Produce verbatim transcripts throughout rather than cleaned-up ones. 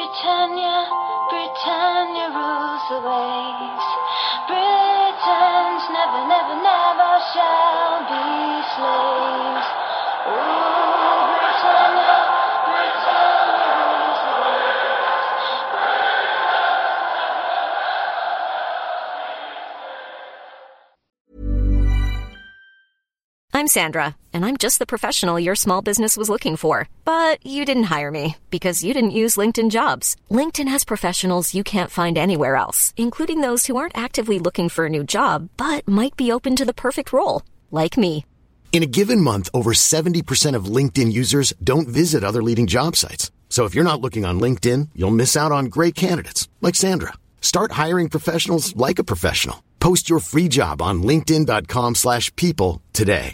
Britannia, Britannia rules the waves. Britons never, never, never shall be slaves. Oh, Britannia, Britannia rules the I'm Sandra, and I'm just the professional your small business was looking for. But you didn't hire me because you didn't use LinkedIn Jobs. LinkedIn has professionals you can't find anywhere else, including those who aren't actively looking for a new job, but might be open to the perfect role, like me. In a given month, over seventy percent of LinkedIn users don't visit other leading job sites. So if you're not looking on LinkedIn, you'll miss out on great candidates, like Sandra. Start hiring professionals like a professional. Post your free job on linkedin dot com slash people today.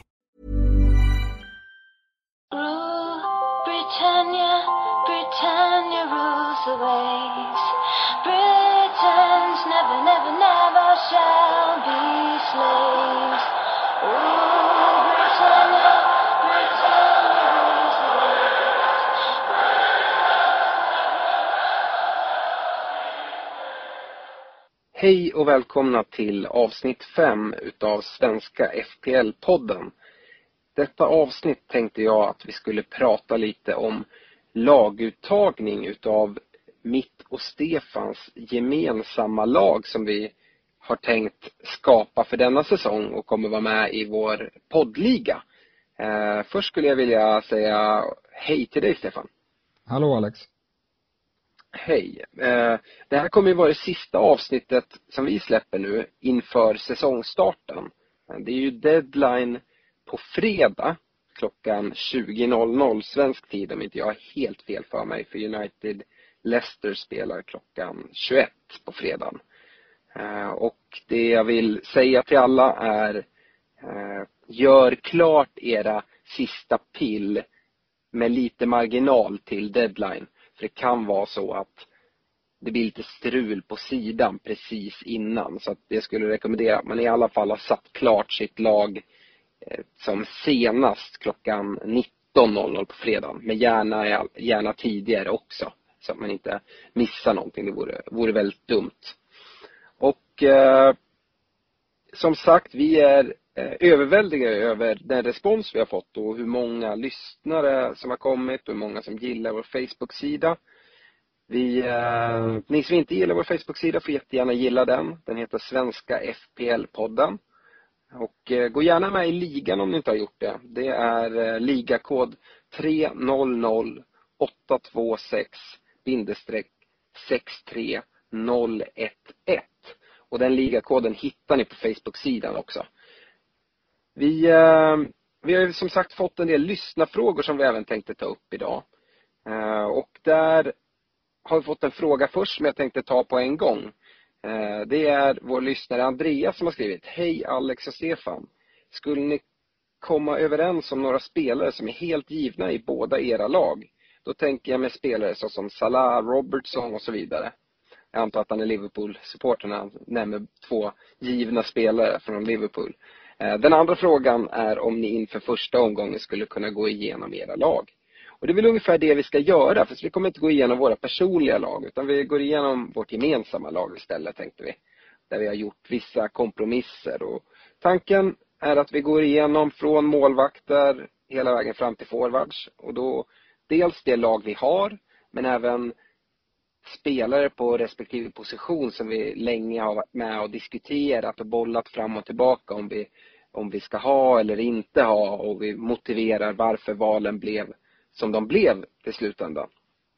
Britannia, Britannia rules the waves. Britons never, never, never shall be slaves. Oh, Britannia, Britannia rules the waves. Hej och välkomna till avsnitt fem utav Svenska F P L-podden. Detta avsnitt tänkte jag att vi skulle prata lite om laguttagning utav mitt och Stefans gemensamma lag som vi har tänkt skapa för denna säsong och kommer vara med i vår poddliga. Eh, först skulle jag vilja säga hej till dig, Stefan. Hallå Alex. Hej. Eh, det här kommer ju vara det sista avsnittet som vi släpper nu inför säsongstarten. Det är ju deadline på fredag klockan tjugo noll noll svensk tid, om inte jag har helt fel för mig, för United Leicester spelar klockan tjugoett på fredagen. Eh, och det jag vill säga till alla är eh, gör klart era sista pill med lite marginal till deadline. För det kan vara så att det blir lite strul på sidan precis innan. Så att det skulle rekommendera att man i alla fall har satt klart sitt lag eh, som senast klockan nitton noll noll på fredagen. Men gärna, gärna tidigare också. Så att man inte missar någonting. Det vore, vore väldigt dumt. Och eh, som sagt, vi är eh, överväldigade över den respons vi har fått. Och hur många lyssnare som har kommit. Och hur många som gillar vår Facebook-sida. Vi, eh, ni som inte gillar vår Facebook-sida får jättegärna gilla den. Den heter Svenska F P L-podden. Och eh, gå gärna med i ligan om ni inte har gjort det. Det är eh, ligakod tre noll noll åtta två sex sex tre noll ett ett. Och den ligakoden hittar ni på Facebook-sidan också. Vi, eh, vi har som sagt fått en del lyssnarfrågor som vi även tänkte ta upp idag. Eh, och där har vi fått en fråga först som jag tänkte ta på en gång. Eh, det är vår lyssnare Andreas som har skrivit: Hej Alex och Stefan. Skulle ni komma överens om några spelare som är helt givna i båda era lag? Då tänker jag med spelare såsom Salah, Robertson och så vidare. Jag antar att han är Liverpool-supporter när han nämner två givna spelare från Liverpool. Eh, den andra frågan är om ni inför första omgången skulle kunna gå igenom era lag. Och det är väl ungefär det vi ska göra, för vi kommer inte gå igenom våra personliga lag, utan vi går igenom vårt gemensamma lag istället, tänkte vi. Där vi har gjort vissa kompromisser. Och tanken är att vi går igenom från målvakter hela vägen fram till forwards. Och då dels det lag vi har, men även spelare på respektive position som vi länge har varit med och diskuterat och bollat fram och tillbaka om vi, om vi ska ha eller inte ha. Och vi motiverar varför valen blev som de blev till slutändan.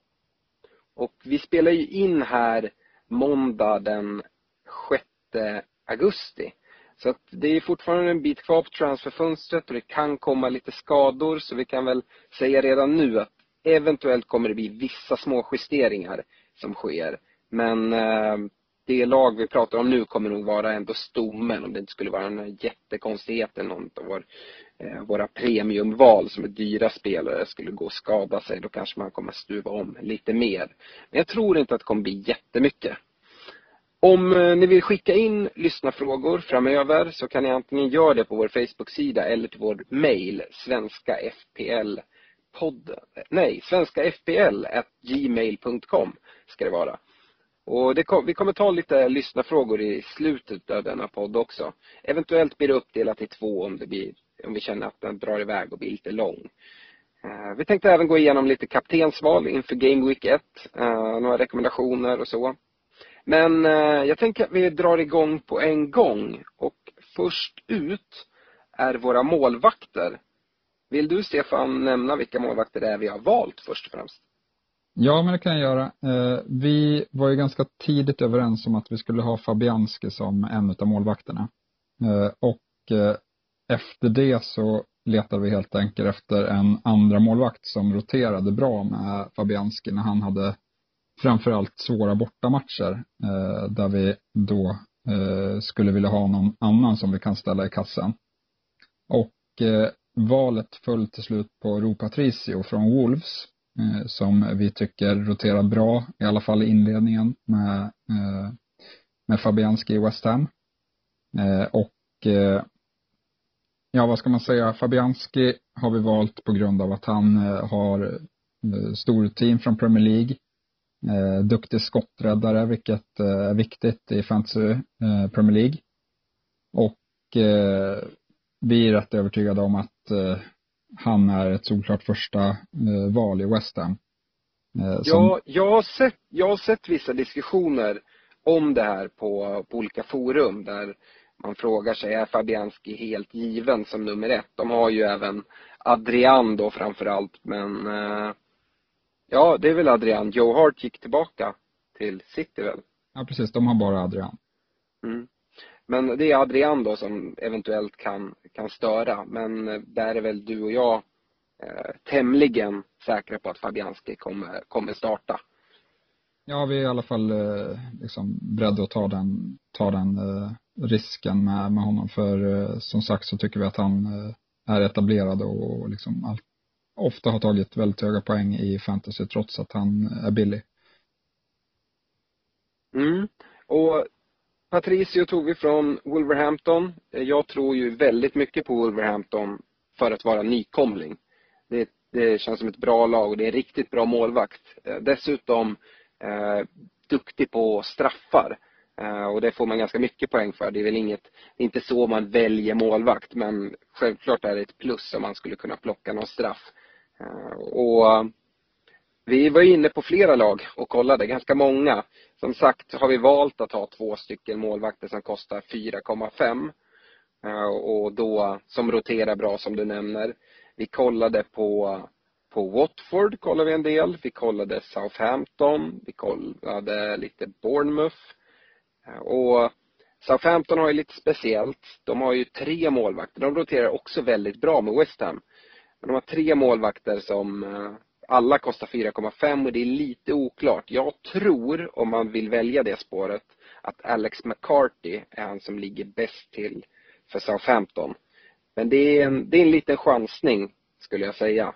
Och vi spelar ju in här måndag den sjätte augusti. Så att det är fortfarande en bit kvar på transferfönstret och det kan komma lite skador. Så vi kan väl säga redan nu att eventuellt kommer det bli vissa små justeringar som sker. Men eh, det lag vi pratar om nu kommer nog vara ändå stommen, om det inte skulle vara en jättekonstighet eller något av vår, eh, våra premiumval som är dyra spelare skulle gå och skada sig. Då kanske man kommer stuva om lite mer. Men jag tror inte att det kommer bli jättemycket. Om eh, ni vill skicka in lyssnarfrågor framöver så kan ni antingen göra det på vår Facebook-sida eller till vår mail svenska f p l podden, nej, svenska f p l at gmail punkt com ska det vara. Och det kom, vi kommer ta lite lyssnarfrågor i slutet av denna podd också. Eventuellt blir det uppdelat i två om, det blir, om vi känner att den drar iväg och blir lite lång. Uh, vi tänkte även gå igenom lite kaptensval inför Game Week ett. Uh, några rekommendationer och så. Men uh, jag tänker att vi drar igång på en gång. Och först ut är våra målvakter. Vill du, Stefan, nämna vilka målvakter det är vi har valt först och främst? Ja, men det kan jag göra. Eh, vi var ju ganska tidigt överens om att vi skulle ha Fabianski som en av målvakterna. Eh, och eh, efter det så letade vi helt enkelt efter en andra målvakt som roterade bra med Fabianski när han hade framförallt svåra bortamatcher. Eh, där vi då eh, skulle vilja ha någon annan som vi kan ställa i kassan. Och eh, valet föll till slut på Rui Patricio från Wolves. Som vi tycker roterar bra, i alla fall i inledningen med, med Fabianski i West Ham. Och ja, vad ska man säga, Fabianski har vi valt på grund av att han har stor team från Premier League. Duktig skotträddare, vilket är viktigt i Fantasy Premier League. Och vi är rätt övertygade om att han är ett solklart första eh, val i West Ham. Eh, som... Ja, jag har, sett, jag har sett vissa diskussioner om det här på, på olika forum där man frågar sig, är Fabianski helt given som nummer ett? De har ju även Adrian då framförallt, men eh, ja, det är väl Adrian. Joe Hart gick tillbaka till City väl? Ja, precis. De har bara Adrian. Mm. Men det är Adrian då som eventuellt kan, kan störa. Men där är väl du och jag eh, tämligen säkra på att Fabianski kommer, kommer starta. Ja, vi är i alla fall eh, liksom beredda att ta den, ta den eh, risken med, med honom. För eh, som sagt så tycker vi att han eh, är etablerad och, och liksom all, ofta har tagit väldigt höga poäng i fantasy trots att han är billig. Mm, och Patricio tog vi från Wolverhampton. Jag tror ju väldigt mycket på Wolverhampton för att vara nykomling. Det, det känns som ett bra lag och det är en riktigt bra målvakt. Dessutom eh, duktig på straffar. Eh, och det får man ganska mycket poäng för. Det är väl inget, det är inte så man väljer målvakt. Men självklart är det ett plus om man skulle kunna plocka någon straff. Eh, och vi var inne på flera lag och kollade, ganska många. Som sagt har vi valt att ha två stycken målvakter som kostar fyra komma fem. Och då som roterar bra som du nämner. Vi kollade på, på Watford, kollade vi en del. Vi kollade Southampton, vi kollade lite Bournemouth. Och Southampton har ju lite speciellt. De har ju tre målvakter. De roterar också väldigt bra med West Ham. Men de har tre målvakter som alla kostar fyra komma fem och det är lite oklart. Jag tror, om man vill välja det spåret, att Alex McCarthy är han som ligger bäst till för Southampton. Men det är en, det är en liten chansning, skulle jag säga.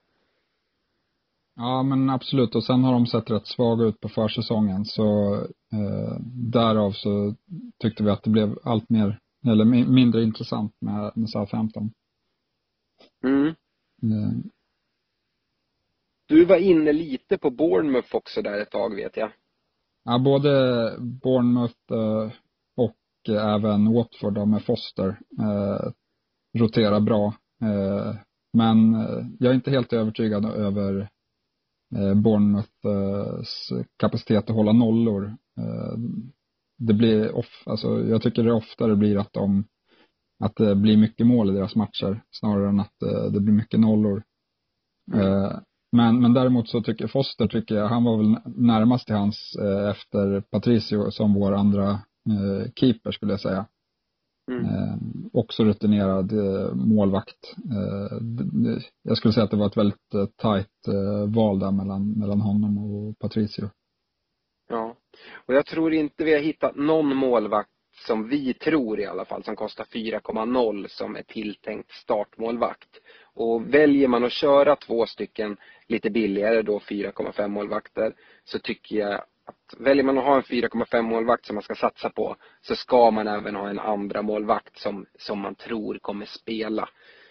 Ja, men absolut. Och sen har de sett rätt svaga ut på försäsongen. Så eh, därav så tyckte vi att det blev allt mer, eller mindre intressant med, med Southampton. Mm. Eh. Du var inne lite på Bournemouth också där ett tag, vet jag. Ja, både Bournemouth eh, och även Watford då med Foster eh, roterar bra. Eh, men jag är inte helt övertygad över eh, Bournemouths kapacitet att hålla nollor. Eh, det blir off, alltså jag tycker det oftare blir att de att det blir mycket mål i deras matcher snarare än att eh, det blir mycket nollor. Eh, Men, men däremot så tycker Foster, tycker jag, han var väl närmast till hans eh, efter Patricio som vår andra eh, keeper skulle jag säga. Mm. Eh, också rutinerad eh, målvakt. Eh, d- jag skulle säga att det var ett väldigt eh, tajt eh, val där mellan, mellan honom och Patricio. Ja, och jag tror inte vi har hittat någon målvakt som vi tror i alla fall som kostar fyra komma noll som är tilltänkt startmålvakt. Och väljer man att köra två stycken lite billigare då fyra komma fem målvakter, så tycker jag att väljer man att ha en fyra komma fem målvakt som man ska satsa på, så ska man även ha en andra målvakt som, som man tror kommer spela.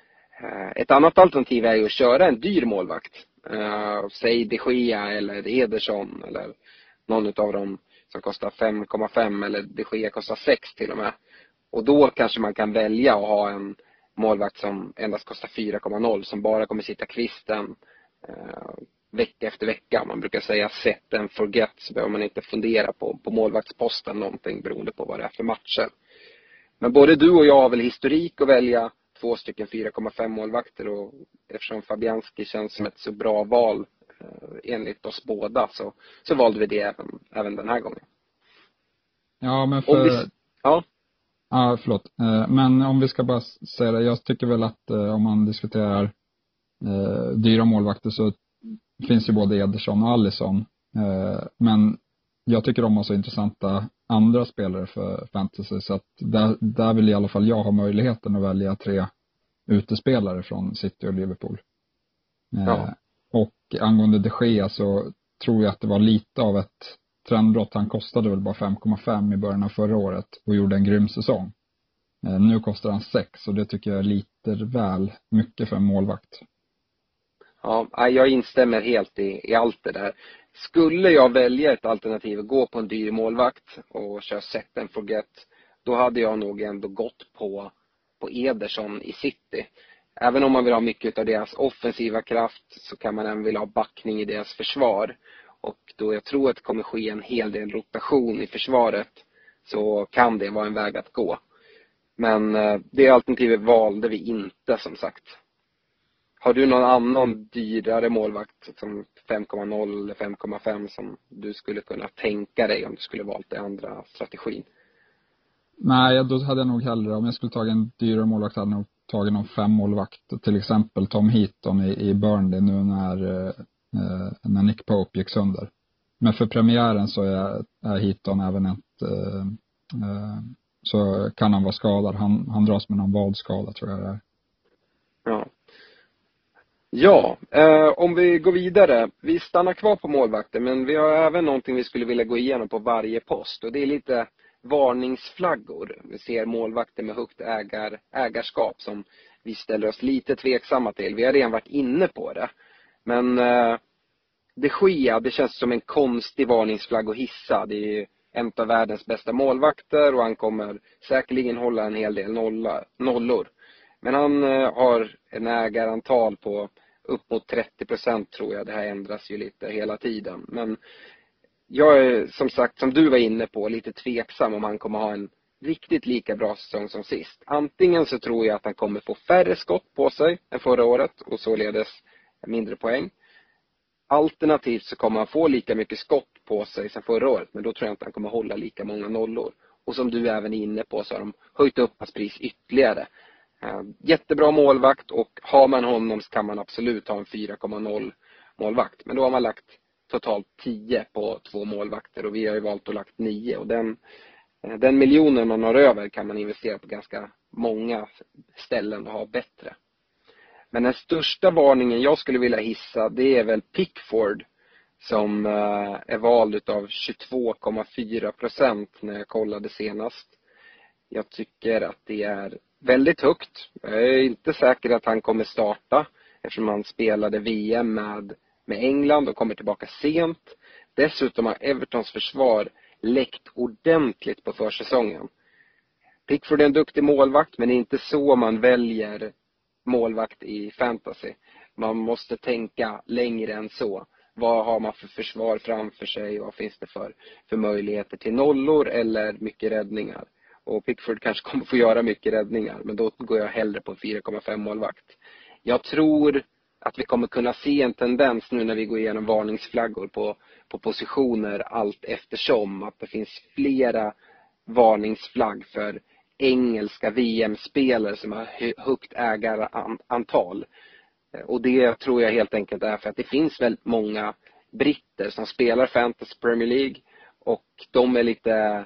Ett annat alternativ är ju att köra en dyr målvakt. Uh, säg De Gea eller Ederson eller någon av dem som kostar fem komma fem eller De Gea kostar sex till och med. Och då kanske man kan välja att ha en målvakt som endast kostar fyra komma noll som bara kommer sitta kvisten uh, vecka efter vecka. Man brukar säga set and forget, så behöver man inte fundera på, på målvaktsposten någonting beroende på vad det är för matcher. Men både du och jag har väl historik att välja två stycken fyra komma fem målvakter, och eftersom Fabianski känns som ett så bra val eh, enligt oss båda så, så valde vi det även, även den här gången. Ja, men för... Vi... Ja. Ja, förlåt. Eh, men om vi ska bara säga det, jag tycker väl att eh, om man diskuterar eh, dyra målvakter så finns ju både Ederson och Alisson. Eh, men jag tycker de har så intressanta andra spelare för fantasy, så att där, där vill i alla fall jag ha möjligheten att välja tre utespelare från City och Liverpool. Eh, ja. Och angående De Gea så tror jag att det var lite av ett trendbrott. Han kostade väl bara fem komma fem i början av förra året och gjorde en grym säsong. Eh, nu kostar han sex, och det tycker jag är lite väl mycket för en målvakt. Ja, jag instämmer helt i, i allt det där. Skulle jag välja ett alternativ att gå på en dyr målvakt och köra set and forget, då hade jag nog ändå gått på, på Ederson i City. Även om man vill ha mycket av deras offensiva kraft så kan man även vilja ha backning i deras försvar. Och då jag tror att det kommer ske en hel del rotation i försvaret så kan det vara en väg att gå. Men det alternativet valde vi inte, som sagt. Har du någon annan dyrare målvakt som fem komma noll eller fem komma fem som du skulle kunna tänka dig om du skulle valt den andra strategin? Nej, då hade jag nog hellre, om jag skulle ta en dyrare målvakt hade jag nog tagit någon fem målvakt. Till exempel Tom Heaton i, i Burnley nu när, eh, när Nick Pope gick sönder. Men för premiären så är, är Heaton även ett, eh, eh, så kan han vara skadad. Han, han dras med någon vadskada, tror jag det är. Ja. Ja, eh, om vi går vidare. Vi stannar kvar på målvakter, men vi har även någonting vi skulle vilja gå igenom på varje post. Och det är lite varningsflaggor. Vi ser målvakter med högt ägar, ägarskap som vi ställer oss lite tveksamma till. Vi har redan varit inne på det. Men eh, De Gea, det känns som en konstig varningsflagg att hissa. Det är en av världens bästa målvakter och han kommer säkerligen hålla en hel del nolla, nollor. Men han eh, har en ägarantal på upp mot trettio procent, tror jag. Det här ändras ju lite hela tiden. Men jag är, som sagt, som du var inne på, lite tveksam om han kommer ha en riktigt lika bra säsong som sist. Antingen så tror jag att han kommer få färre skott på sig än förra året och således mindre poäng. Alternativt så kommer han få lika mycket skott på sig som förra året, men då tror jag inte han kommer hålla lika många nollor. Och som du även är inne på så har de höjt upp hans pris ytterligare. Jättebra målvakt, och har man honom så kan man absolut ha en fyra komma noll målvakt. Men då har man lagt totalt tio på två målvakter och vi har ju valt att lagt nio. Och den, den miljonen man har över kan man investera på ganska många ställen och ha bättre. Men den största varningen jag skulle vilja hissa, det är väl Pickford som är vald av tjugotvå komma fyra procent när jag kollade senast. Jag tycker att det är väldigt högt. Jag är inte säker att han kommer starta eftersom han spelade V M med, med England och kommer tillbaka sent. Dessutom har Evertons försvar läckt ordentligt på försäsongen. Pickford är en duktig målvakt, men det är inte så man väljer målvakt i fantasy. Man måste tänka längre än så. Vad har man för försvar framför sig? Vad finns det för, för möjligheter till nollor eller mycket räddningar? Och Pickford kanske kommer få göra mycket räddningar, men då går jag hellre på fyra komma fem målvakt. Jag tror att vi kommer kunna se en tendens nu när vi går igenom varningsflaggor på, på positioner allt eftersom. Att det finns flera varningsflagg för engelska V M-spelare som har högt ägarantal. Och det tror jag helt enkelt är för att det finns väldigt många britter som spelar Fantasy Premier League. Och de är lite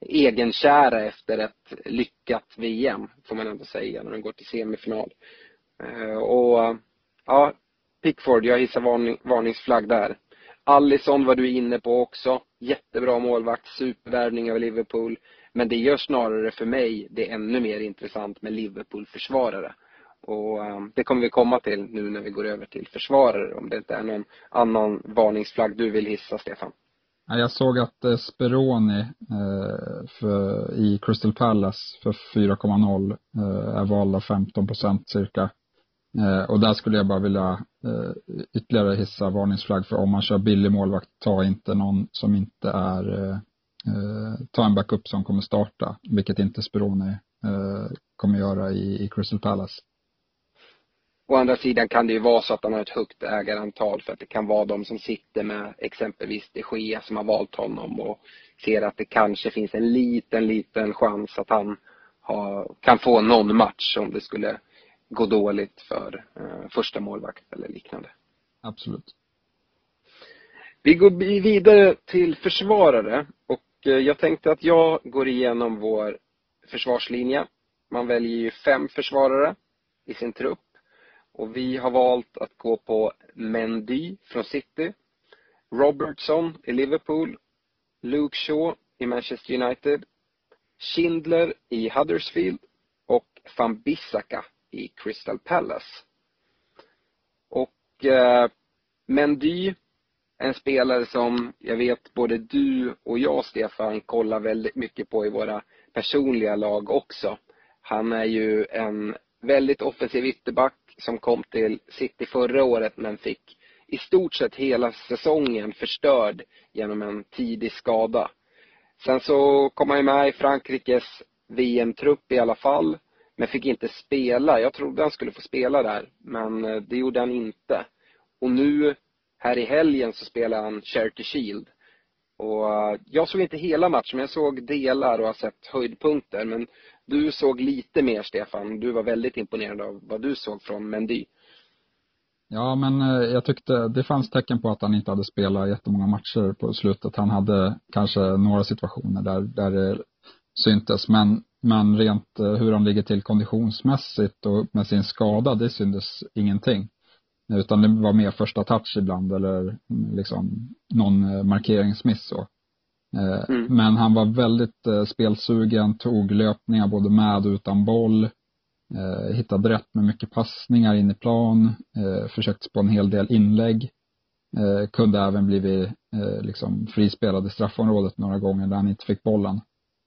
egenkära efter ett lyckat V M, får man ändå säga, när de går till semifinal. Och ja, Pickford, jag hissar varning, varningsflagg där. Alisson var du inne på också. Jättebra målvakt, supervärvning av Liverpool. Men det gör snarare för mig det är ännu mer intressant med Liverpool-försvarare. Och um, det kommer vi komma till nu när vi går över till försvarare. Om det inte är någon annan varningsflagg du vill hissa, Stefan. Jag såg att eh, Speroni eh, för, i Crystal Palace för fyra komma noll eh, är vald av femton procent cirka. Eh, och där skulle jag bara vilja eh, ytterligare hissa varningsflagg, för om man kör billig målvakt, ta inte någon som inte är eh, ta en backup som kommer starta, vilket inte Speroni eh, kommer göra i, i Crystal Palace. Å andra sidan kan det ju vara så att han har ett högt ägarantal, för att det kan vara de som sitter med exempelvis De Gea som har valt honom och ser att det kanske finns en liten, liten chans att han har, kan få någon match om det skulle gå dåligt för eh, första målvakt eller liknande. Absolut. Vi går vidare till försvarare, och eh, jag tänkte att jag går igenom vår försvarslinje. Man väljer ju fem försvarare i sin trupp. Och vi har valt att gå på Mendy från City, Robertson i Liverpool, Luke Shaw i Manchester United, Schindler i Huddersfield och Van Bissaka i Crystal Palace. Och eh, Mendy, en spelare som jag vet både du och jag, Stefan, kollar väldigt mycket på i våra personliga lag också. Han är ju en väldigt offensiv ytterback som kom till City förra året, men fick i stort sett hela säsongen förstörd genom en tidig skada. Sen så kom han med i Frankrikes V M-trupp i alla fall, men fick inte spela. Jag trodde han skulle få spela där, men det gjorde han inte. Och nu här i helgen så spelar han Charity Shield. Och jag såg inte hela matchen, men jag såg delar och har sett höjdpunkter. Men du såg lite mer, Stefan. Du var väldigt imponerad av vad du såg från Mendy. Ja, men jag tyckte det fanns tecken på att han inte hade spelat jättemånga matcher på slutet. Han hade kanske några situationer där, där det syntes. Men, men rent hur han ligger till konditionsmässigt och med sin skada, det syntes ingenting. Utan det var mer första touch ibland eller liksom någon markeringsmiss så. Mm. Men han var väldigt spelsugen, tog löpningar både med och utan boll. Hittade rätt med mycket passningar in i plan. Försökte på en hel del inlägg. Kunde även blivit liksom frispelad i straffområdet några gånger där han inte fick bollen.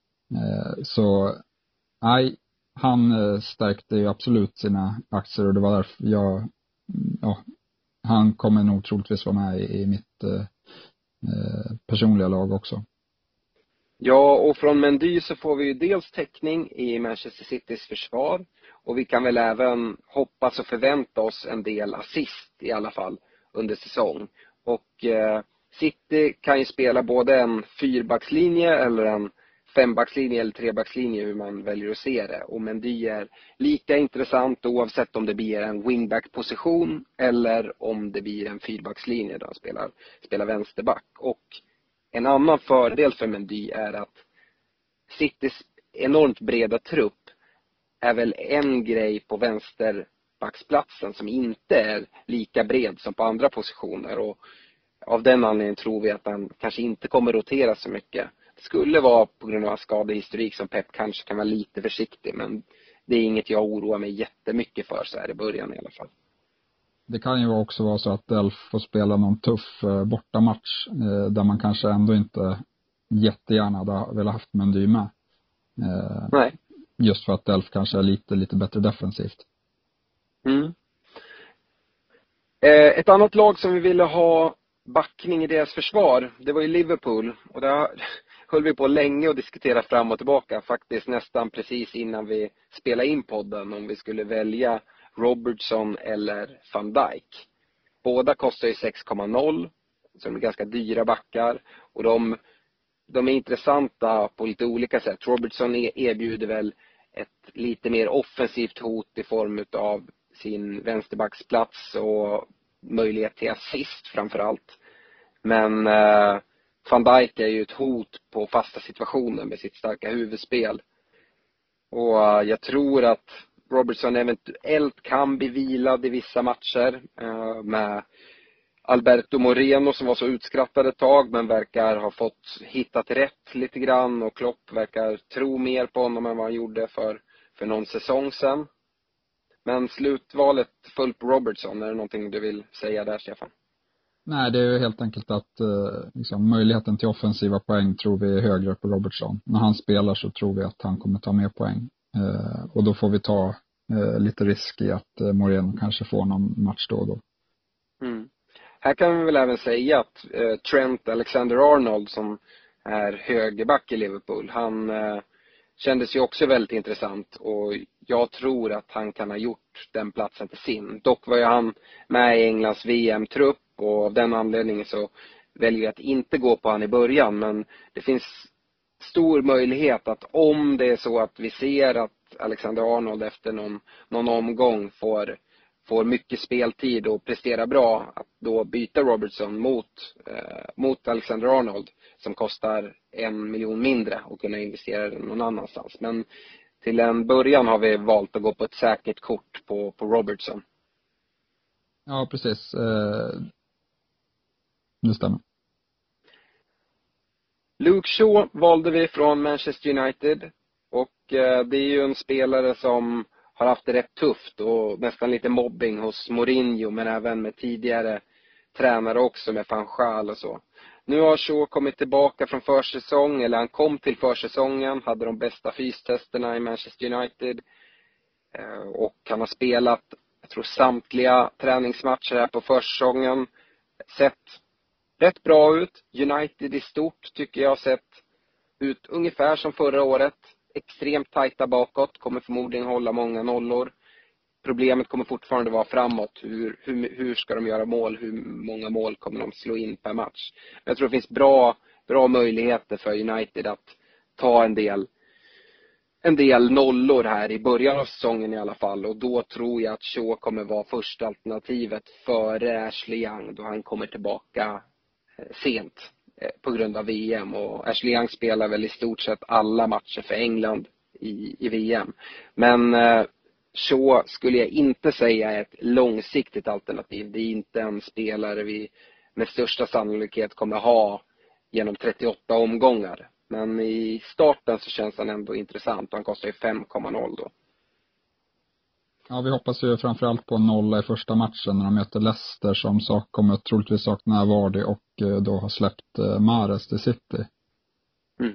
Så nej, han stärkte ju absolut sina aktier, och det var därför jag ja, han kommer nog troligtvis vara med i, i mitt eh, personliga lag också. Ja, och från Mendy så får vi ju dels täckning i Manchester Citys försvar, och vi kan väl även hoppas och förvänta oss en del assist i alla fall under säsong. Och eh, City kan ju spela både en fyrbackslinje eller en fembackslinje eller trebackslinje, hur man väljer att se det. Och Mendy är lika intressant oavsett om det blir en wingback-position eller om det blir en fyrbackslinje där han spelar, spelar vänsterback. Och en annan fördel för Mendy är att Citys enormt breda trupp är väl en grej på vänsterbacksplatsen som inte är lika bred som på andra positioner. Och av den anledningen tror vi att han kanske inte kommer rotera så mycket. Det skulle vara på grund av skadehistorik som Pep kanske kan vara lite försiktig, men det är inget jag oroar mig jättemycket för så här i början i alla fall. Det kan ju också vara så att Delf får spela någon tuff bortamatch eh, där man kanske ändå inte jättegärna hade velat haft Mendy med. Eh, Nej. Just för att Delf kanske är lite, lite bättre defensivt. Mm. Eh, ett annat lag som vi ville ha backning i deras försvar, det var ju Liverpool. Och där höll vi på länge och diskutera fram och tillbaka. Faktiskt nästan precis innan vi spelade in podden, om vi skulle välja Robertson eller Van Dijk. Båda kostar ju sex komma noll, så de är ganska dyra backar. Och de, de är intressanta på lite olika sätt. Robertson erbjuder väl ett lite mer offensivt hot i form av sin vänsterbacksplats och möjlighet till assist framförallt. Men eh, Van Dijk är ju ett hot på fasta situationer med sitt starka huvudspel. Och eh, jag tror att Robertson eventuellt kan bli vilad i vissa matcher eh, med Alberto Moreno som var så utskrattad ett tag, men verkar ha fått hittat rätt lite grann, och Klopp verkar tro mer på honom än vad han gjorde för, för någon säsong sedan. Men slutvalet föll på Robertson. Är det någonting du vill säga där, Stefan? Nej, det är ju helt enkelt att eh, liksom, möjligheten till offensiva poäng tror vi är högre på Robertson. När han spelar så tror vi att han kommer ta mer poäng. Eh, och då får vi ta eh, lite risk i att eh, Moreno kanske får någon match då och då. Mm. Här kan vi väl även säga att eh, Trent Alexander-Arnold som är högerback i Liverpool, han eh, kändes ju också väldigt intressant och jag tror att han kan ha gjort den platsen till sin. Dock var ju han med i Englands V M-trupp och av den anledningen så väljer jag att inte gå på han i början, men det finns stor möjlighet att om det är så att vi ser att Alexander-Arnold efter någon, någon omgång får får mycket speltid och presterar bra, att då byta Robertson mot, eh, mot Alexander-Arnold som kostar en miljon mindre och kunna investera den någon annanstans. Men till en början har vi valt att gå på ett säkert kort på, på Robertson. Ja, precis. Eh, det stämmer. Luke Shaw valde vi från Manchester United och eh, det är ju en spelare som har haft det rätt tufft och nästan lite mobbing hos Mourinho, men även med tidigare tränare också, med Van Gaal och så. Nu har Shaw kommit tillbaka från försäsong, eller han kom till försäsongen, hade de bästa fystesterna i Manchester United och han har spelat, jag tror, samtliga träningsmatcher här på försäsongen. Sett rätt bra ut. United i stort tycker jag har sett ut ungefär som förra året. Extremt tajta bakåt, kommer förmodligen hålla många nollor. Problemet kommer fortfarande vara framåt. Hur, hur, hur ska de göra mål? Hur många mål kommer de slå in per match? Jag tror det finns bra, bra möjligheter för United att ta en del, en del nollor här i början av säsongen i alla fall. Och då tror jag att Shaw kommer vara första alternativet före Ashley Young, då han kommer tillbaka sent på grund av V M, och Ashley Young spelar väl i stort sett alla matcher för England i, i V M. Men eh, så skulle jag inte säga är ett långsiktigt alternativ. Det är inte en spelare vi med största sannolikhet kommer ha genom trettioåtta omgångar. Men i starten så känns han ändå intressant och han kostar ju fem komma noll då. Ja, vi hoppas ju framförallt på en nolla i första matchen när de möter Leicester som sak, kommer troligtvis sakna Vardy och då har släppt Mahrez till City. Mm.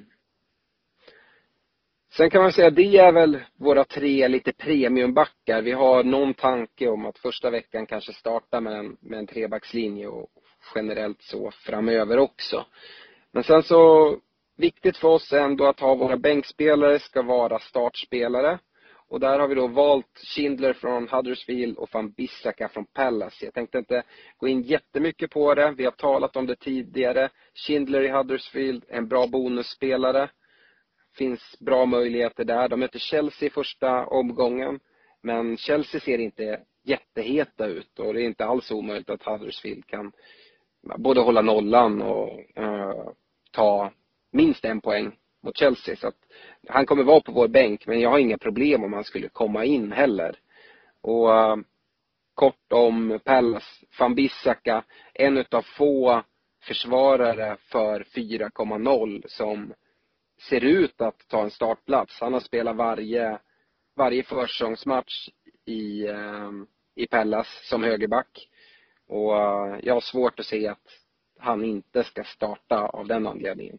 Sen kan man säga att det är väl våra tre lite premiumbackar. Vi har någon tanke om att första veckan kanske starta med en, med en trebackslinje och generellt så framöver också. Men sen så viktigt för oss är ändå att ha våra bänkspelare ska vara startspelare. Och där har vi då valt Schindler från Huddersfield och Van Bissaka från Palace. Jag tänkte inte gå in jättemycket på det. Vi har talat om det tidigare. Schindler i Huddersfield, en bra bonusspelare. Finns bra möjligheter där. De möter Chelsea i första omgången. Men Chelsea ser inte jätteheta ut. Och det är inte alls omöjligt att Huddersfield kan både hålla nollan och uh, ta minst en poäng mot Chelsea. Så att han kommer vara på vår bänk, men jag har inga problem om han skulle komma in heller. Och uh, kort om Palace, Van Bissaka, en utav få försvarare för fyra komma noll som ser ut att ta en startplats. Han har spelat varje, varje försäsongsmatch i, uh, i Palace som högerback. Och uh, jag har svårt att se att han inte ska starta av den anledningen.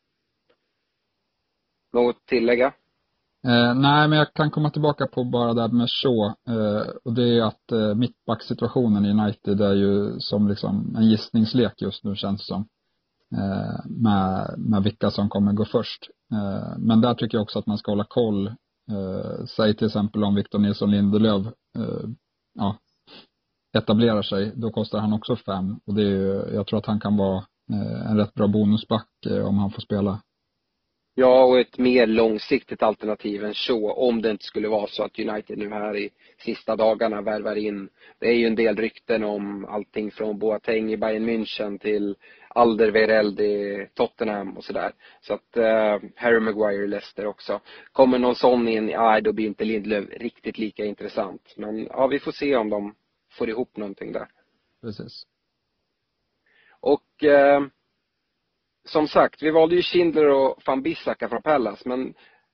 Något tillägga? Eh, nej, men jag kan komma tillbaka på bara det med Shaw. Eh, och det är att eh, mittbacksituationen i United är ju som liksom en gissningslek just nu, känns som. Eh, med, med vilka som kommer gå först. Eh, men där tycker jag också att man ska hålla koll. Eh, säg till exempel om Victor Nilsson Lindelöf eh, ja, etablerar sig. Då kostar han också fem. Och det är ju, jag tror att han kan vara eh, en rätt bra bonusback eh, om han får spela. Ja, och ett mer långsiktigt alternativ än så, om det inte skulle vara så att United nu här i sista dagarna värvar in. Det är ju en del rykten om allting från Boateng i Bayern München till Alderweireld i Tottenham och sådär. Så att uh, Harry Maguire i Leicester också. Kommer någon sån in, ja, då blir inte Lindelöf riktigt lika intressant. Men ja, vi får se om de får ihop någonting där. Precis. Och Uh, som sagt, vi valde ju Schindler och Van Bissaka från Palace, men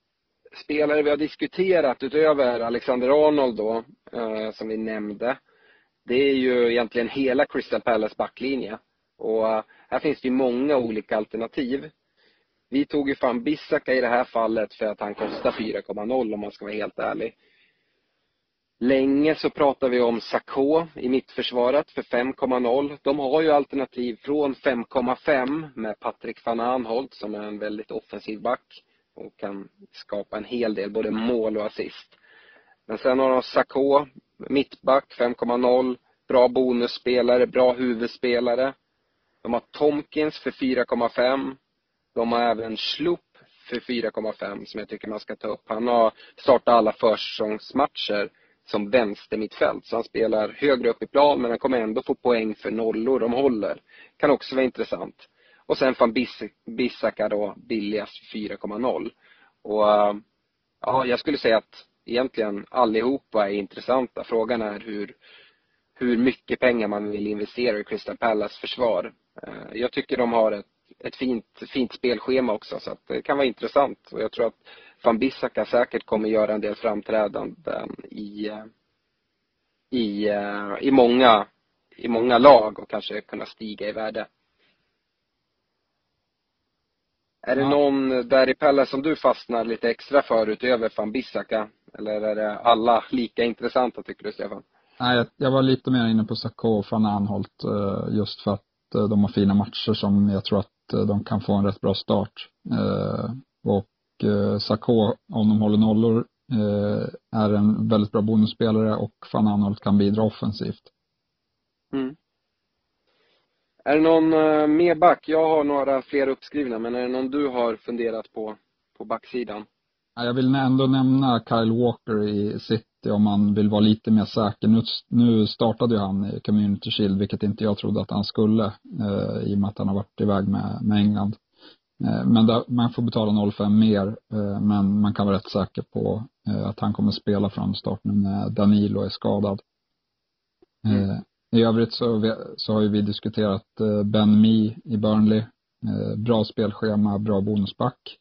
spelare vi har diskuterat utöver Alexander Arnold då, eh, som vi nämnde, det är ju egentligen hela Crystal Palace backlinje. Och uh, här finns det ju många olika alternativ. Vi tog ju fan Bissaka i det här fallet för att han kostar fyra komma noll om man ska vara helt ärlig. Länge så pratar vi om Sakho i mittförsvaret för fem komma noll. De har ju alternativ från fem komma fem med Patrick van Aanholt som är en väldigt offensiv back och kan skapa en hel del både mål och assist. Men sen har de Sakho, mittback fem komma noll, bra bonusspelare, bra huvudspelare. De har Tomkins för fyra komma fem. De har även Schlupp för fyra komma fem som jag tycker man ska ta upp. Han har startat alla försäsongsmatcher som vänster mittfält. Så han spelar högre upp i plan men han kommer ändå få poäng för nollor de håller. Kan också vara intressant. Och sen fan Bissaka då billigast för fyra komma noll. Och ja, jag skulle säga att egentligen allihopa är intressanta. Frågan är hur, hur mycket pengar man vill investera i Crystal Palace försvar. Jag tycker de har ett, ett fint, fint spelschema också så att det kan vara intressant. Och jag tror att Van Bissaka säkert kommer göra en del framträdanden i, i, i, många, i många lag och kanske kunna stiga i värde. Är det någon där i Palace som du fastnar lite extra för utöver Van Bissaka? Eller är det alla lika intressanta tycker du, Stefan? Nej, jag, jag var lite mer inne på Sakho och van Aanholt just för att de har fina matcher som jag tror att de kan få en rätt bra start. Och Sakho, om de håller nollor, är en väldigt bra bonusspelare och van Aanholt kan bidra offensivt. Mm. Är det någon mer back? Jag har några fler uppskrivna, men är det någon du har funderat på på backsidan? Jag vill ändå nämna Kyle Walker i City om man vill vara lite mer säker. Nu, nu startade ju han i Community Shield, vilket inte jag trodde att han skulle eh, i och med att han har varit iväg med, med England. Eh, men där, man får betala noll komma fem mer, eh, men man kan vara rätt säker på eh, att han kommer spela från starten när Danilo är skadad. Eh, mm. I övrigt så, vi, så har ju vi diskuterat eh, Ben Mee i Burnley. Eh, bra spelschema, bra bonusback.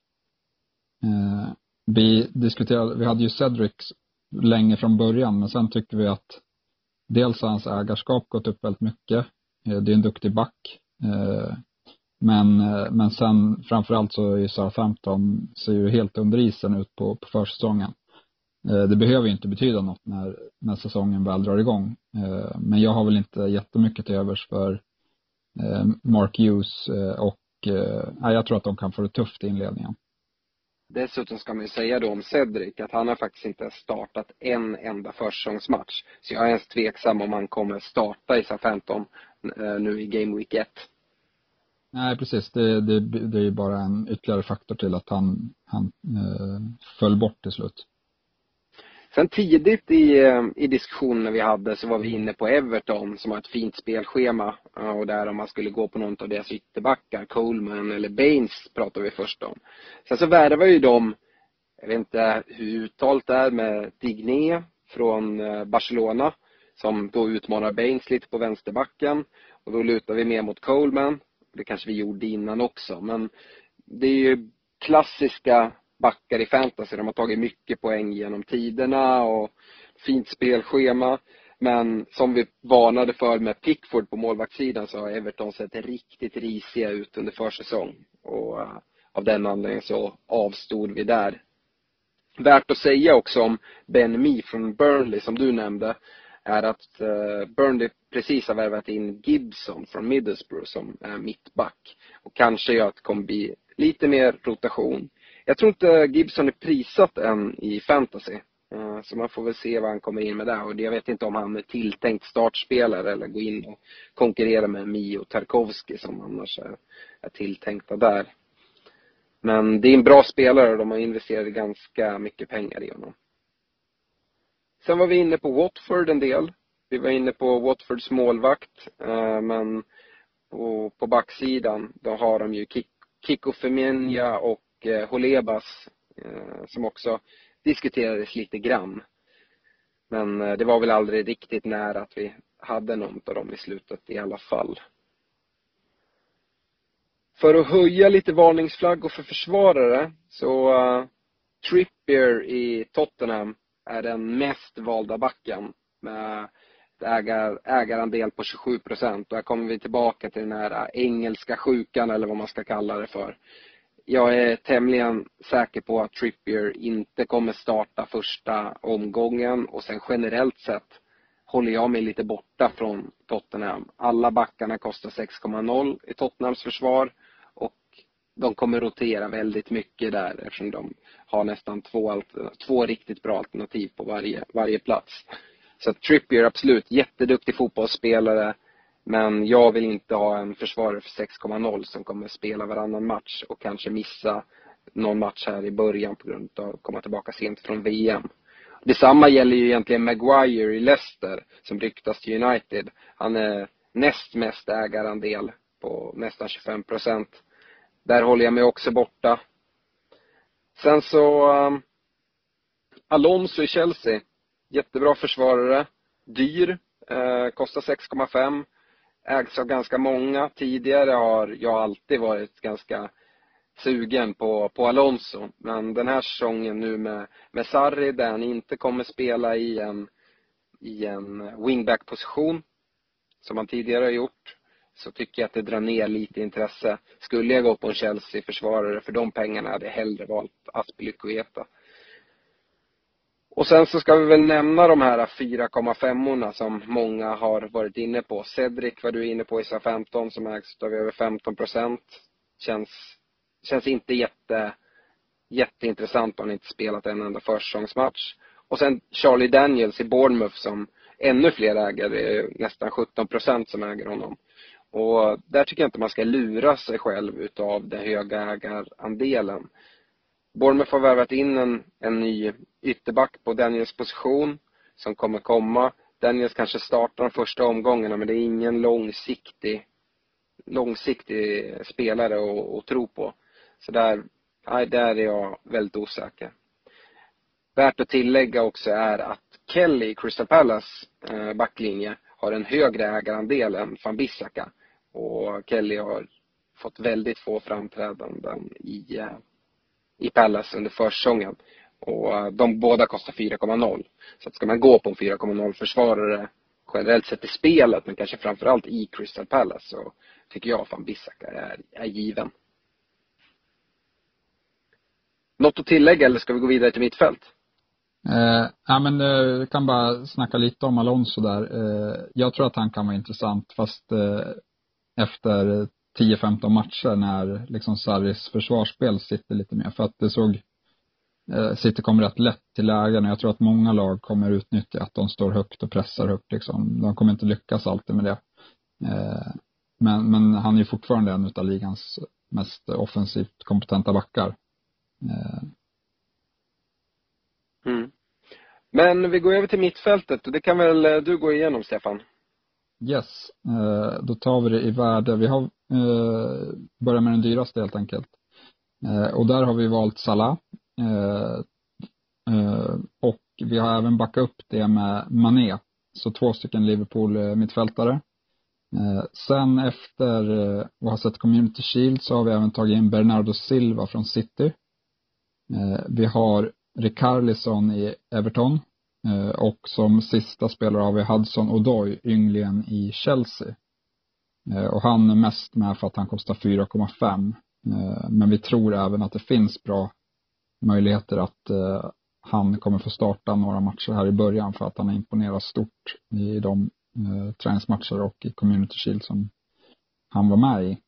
Eh, vi diskuterade, vi hade ju Cedric länge från början, men sen tycker vi att dels har hans ägarskap gått upp väldigt mycket. Eh, det är en duktig back. Eh, men, eh, men sen framförallt så är Southampton ser ju helt under isen ut på, på försäsongen. Eh, det behöver ju inte betyda något när, när säsongen väl drar igång. Eh, men jag har väl inte jättemycket till övers för eh, Mark Hughes eh, och eh, jag tror att de kan få det tufft i inledningen. Dessutom ska man ju säga då om Cedric att han har faktiskt inte startat en enda försäsongsmatch. Så jag är ens tveksam om han kommer starta i Southampton eh, nu i Game Week ett. Nej, precis. Det, det, det är ju bara en ytterligare faktor till att han, han eh, föll bort till slut. Sen tidigt i, i diskussionen vi hade så var vi inne på Everton som har ett fint spelschema. Och där om man skulle gå på någon av deras ytterbackar, Coleman eller Baines pratar vi först om. Sen så värvar ju de, jag vet inte hur uttalt det är, med Digné från Barcelona. Som då utmanar Baines lite på vänsterbacken. Och då lutar vi mer mot Coleman. Det kanske vi gjorde innan också. Men det är ju klassiska backar i fantasy. De har tagit mycket poäng genom tiderna och fint spelschema. Men som vi varnade för med Pickford på målvaktssidan så har Everton sett riktigt risiga ut under försäsong. Och uh, av den anledningen så avstod vi där. Värt att säga också om Ben Mee från Burnley som du nämnde är att uh, Burnley precis har värvat in Gibson från Middlesbrough som är mittback. Och kanske gör att det kommer bli lite mer rotation. Jag tror inte Gibson är prisat än i fantasy. Så man får väl se vad han kommer in med där. Och jag vet inte om han är tilltänkt startspelare eller gå in och konkurrera med Mio Tarkovsky som annars är, är tilltänkta där. Men det är en bra spelare och de har investerat ganska mycket pengar i honom. Sen var vi inne på Watford en del. Vi var inne på Watfords målvakt. Men på, på backsidan då har de ju Kiko Femenia och Holebas som också diskuterades lite grann. Men det var väl aldrig riktigt nära att vi hade någon av dem i slutet i alla fall. För att höja lite varningsflaggor för försvarare så Trippier i Tottenham är den mest valda backen med ägar, ägarandel på tjugosju procent. Och här kommer vi tillbaka till den här engelska sjukan eller vad man ska kalla det för. Jag är tämligen säker på att Trippier inte kommer starta första omgången. Och sen generellt sett håller jag mig lite borta från Tottenham. Alla backarna kostar sex komma noll i Tottenhams försvar. Och de kommer rotera väldigt mycket där eftersom de har nästan två, två riktigt bra alternativ på varje, varje plats. Så Trippier är absolut jätteduktig fotbollsspelare. Men jag vill inte ha en försvarare för sex komma noll som kommer spela varannan match och kanske missa någon match här i början på grund av att komma tillbaka sent från V M. Detsamma gäller ju egentligen Maguire i Leicester som ryktas till United. Han är näst mest ägarandel på nästan tjugofem procent. Där håller jag mig också borta. Sen så um, Alonso i Chelsea. Jättebra försvarare. Dyr. Eh, kostar sex komma fem. Ägs av ganska många. Tidigare har jag alltid varit ganska sugen på, på Alonso. Men den här säsongen nu med, med Sarri där han inte kommer spela i en, i en wingback-position som han tidigare har gjort. Så tycker jag att det drar ner lite intresse. Skulle jag gå på en Chelsea-försvarare för de pengarna hade jag hellre valt Azpilicueta. Och sen så ska vi väl nämna de här fyra komma fem-orna som många har varit inne på. Cedric var du inne på i S femton som ägs av över femton procent. Känns, känns inte jätte, jätteintressant om han inte spelat en enda försäsongsmatch. Och sen Charlie Daniels i Bournemouth som ännu fler ägare, nästan sjutton procent som äger honom. Och där tycker jag inte man ska lura sig själv utav den höga ägarandelen. Bournemouth har värvat in en, en ny ytterback på Daniels position som kommer komma. Daniels kanske startar de första omgångarna men det är ingen långsiktig, långsiktig spelare att, att tro på. Så där, nej, där är jag väldigt osäker. Värt att tillägga också är att Kelly i Crystal Palace eh, backlinje har en högre ägarandel än Van Bissaka. Och Kelly har fått väldigt få framträdanden i, eh, i Palace under försäsongen. Och eh, de båda kostar fyra komma noll. Så att ska man gå på en fyra komma noll försvarare generellt sett i spelet, men kanske framförallt i Crystal Palace, så tycker jag Van Bissaka är, är given. Något att tillägga eller ska vi gå vidare till mittfält? Eh, ja, men jag eh, kan bara snacka lite om Alonso där. Eh, jag tror att han kan vara intressant fast eh, efter tio femton matcher när liksom Sarris försvarsspel sitter lite mer. För att det såg eh, City kommer rätt lätt till lägen och jag tror att många lag kommer utnyttja att de står högt och pressar högt. Liksom. De kommer inte lyckas alltid med det. Eh, men, men han är ju fortfarande en av ligans mest offensivt kompetenta backar. Eh, Mm. Men vi går över till mittfältet och det kan väl du gå igenom, Stefan? Yes, eh, då tar vi det i värde. Vi har eh, börjat med den dyraste helt enkelt. Eh, och där har vi valt Salah. Eh, eh, och vi har även backat upp det med Mané. Så två stycken Liverpool-mittfältare. Eh, sen efter eh, att ha sett Community Shield så har vi även tagit in Bernardo Silva från City. Eh, vi har Richarlison i Everton eh, och som sista spelare har vi Hudson Odoi, ynglingen i Chelsea. Eh, och han är mest med för att han kostar fyra komma fem. Eh, men vi tror även att det finns bra möjligheter att eh, han kommer få starta några matcher här i början för att han har imponerat stort i de eh, träningsmatcher och i Community Shield som han var med i.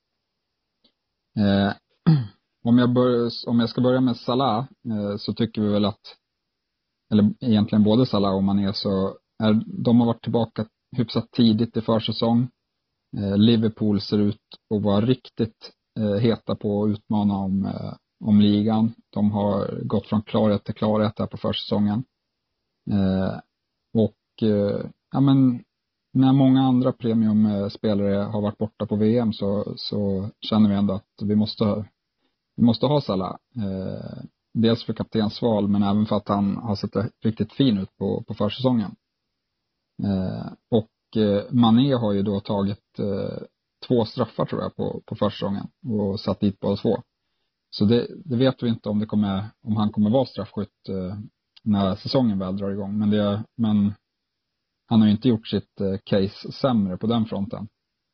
Eh, Om jag, bör, om jag ska börja med Salah eh, så tycker vi väl att, eller egentligen både Salah och Mané, så är, de har varit tillbaka hyfsat tidigt i försäsong. Eh, Liverpool ser ut att vara riktigt eh, heta på att utmana om, eh, om ligan. De har gått från klarhet till klarhet här på försäsongen. Eh, och eh, ja, men när många andra premiumspelare har varit borta på V M så, så känner vi ändå att vi måste Vi måste ha Salah. Eh, dels för kaptensval men även för att han har sett riktigt fin ut på, på försäsongen. Eh, och eh, Mané har ju då tagit eh, två straffar tror jag på, på försäsongen och satt dit båda två. Så det, det vet vi inte om det kommer, om han kommer vara straffskytt eh, när säsongen väl drar igång. Men, det, men han har ju inte gjort sitt eh, case sämre på den fronten.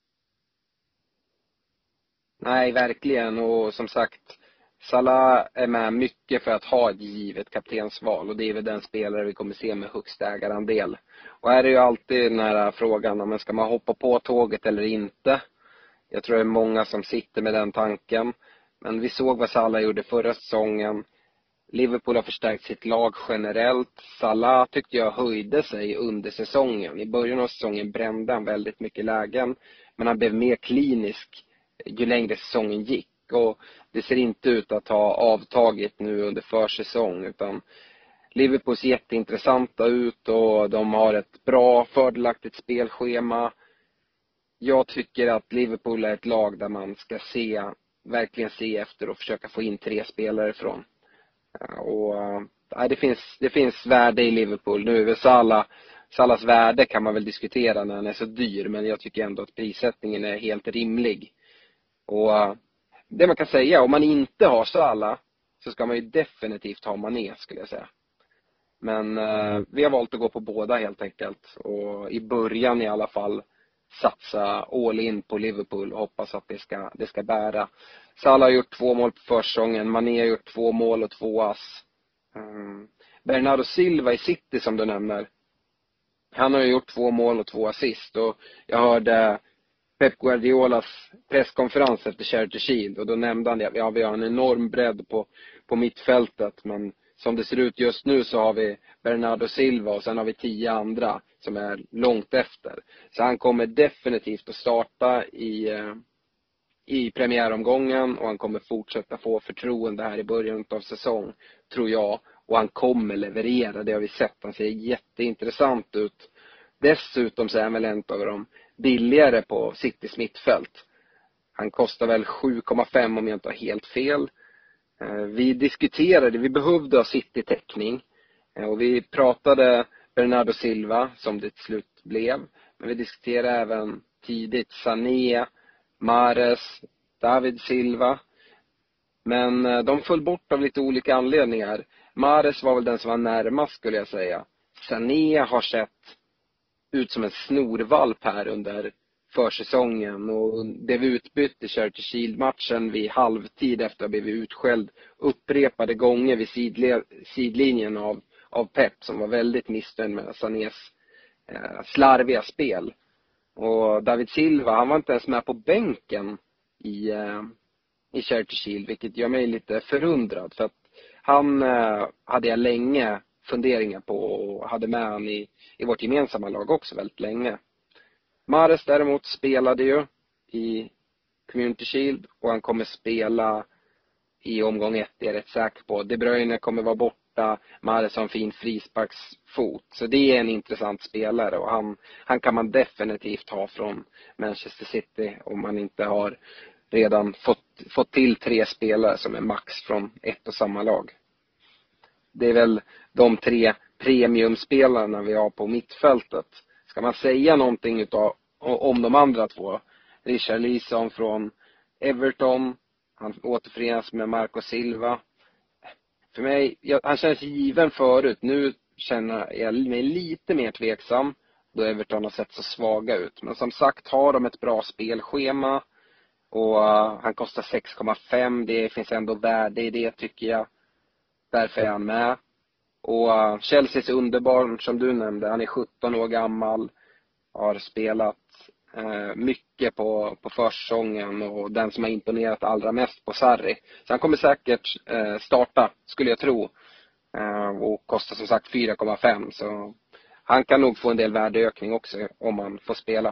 Nej, verkligen. Och som sagt, Salah är med mycket för att ha ett givet kaptensval. Och det är väl den spelare vi kommer se med högst ägarandel. Och här är ju alltid den här frågan om man ska man hoppa på tåget eller inte. Jag tror det är många som sitter med den tanken. Men vi såg vad Salah gjorde förra säsongen. Liverpool har förstärkt sitt lag generellt. Salah tyckte jag höjde sig under säsongen. I början av säsongen brände han väldigt mycket lägen. Men han blev mer klinisk ju längre säsongen gick. Och det ser inte ut att ha avtagit nu under försäsong. Utan Liverpool ser jätteintressanta ut och de har ett bra, fördelaktigt spelschema. Jag tycker att Liverpool är ett lag där man ska se, verkligen se efter och försöka få in tre spelare från. Och äh, det, finns, det finns värde i Liverpool. Nu är väl Salah, Salahs värde kan man väl diskutera när han är så dyr. Men jag tycker ändå att prissättningen är helt rimlig. Och äh, det man kan säga, om man inte har Salah så ska man ju definitivt ha Mané, skulle jag säga. Men äh, vi har valt att gå på båda helt enkelt. Och i början i alla fall satsa all in på Liverpool och hoppas att det ska, det ska bära. Salah har gjort två mål på försäsongen. Mané har gjort två mål och två ass. Um, Bernardo Silva i City som du nämner. Han har gjort två mål och två assist. Och jag hörde Pep Guardiolas presskonferens efter Charity Shield. Och då nämnde han att ja, vi har en enorm bredd på, på mittfältet. Men som det ser ut just nu så har vi Bernardo Silva och sen har vi tio andra som är långt efter. Så han kommer definitivt att starta i, i premiäromgången och han kommer fortsätta få förtroende här i början av säsong, tror jag. Och han kommer leverera, det har vi sett. Han ser jätteintressant ut. Dessutom så är han väl en av de billigare på Citys mittfält. Han kostar väl sju komma fem om jag inte har helt fel. Vi diskuterade, vi behövde ha City-täckning. Och vi pratade Bernardo Silva som det till slut blev. Men vi diskuterade även tidigt Sané, Mahrez, David Silva. Men de föll bort av lite olika anledningar. Mahrez var väl den som var närmast, skulle jag säga. Sané har sett ut som en snorvalp här under försäsongen. Och det vi utbytte i Charity Shield-matchen vid halvtid efter att ha blivit utskälld upprepade gånger vid sidle- sidlinjen av, av Pep som var väldigt missnöjd med Sanés eh, slarviga spel. Och David Silva, han var inte ens med på bänken i, eh, i Charity Shield, vilket gör mig lite förundrad. För att han eh, hade jag länge funderingar på och hade med han i, i vårt gemensamma lag också väldigt länge. Mahrez däremot spelade ju i Community Shield och han kommer spela i omgång ett, det är jag rätt säker på. De Bruyne kommer vara borta, Mahrez har en fin frisparksfot. Så det är en intressant spelare och han, han kan man definitivt ha från Manchester City om man inte har redan fått, fått till tre spelare som är max från ett och samma lag. Det är väl de tre premiumspelarna vi har på mittfältet. Ska man säga någonting utav, om de andra två? Richarlison från Everton. Han återförenas med Marco Silva. För mig, jag, han känns given förut. Nu känner jag mig lite mer tveksam. Då Everton har sett så svaga ut. Men som sagt har de ett bra spelschema. Och uh, han kostar sex komma fem. Det finns ändå värde i det, tycker jag. Därför är han med. Och uh, Chelseas underbarn som du nämnde, han är sjutton år gammal. Har spelat uh, mycket på, på försäsongen och den som har imponerat allra mest på Sarri. Så han kommer säkert uh, starta, skulle jag tro. Uh, och kostar som sagt fyra komma fem. Så han kan nog få en del värdeökning också om han får spela.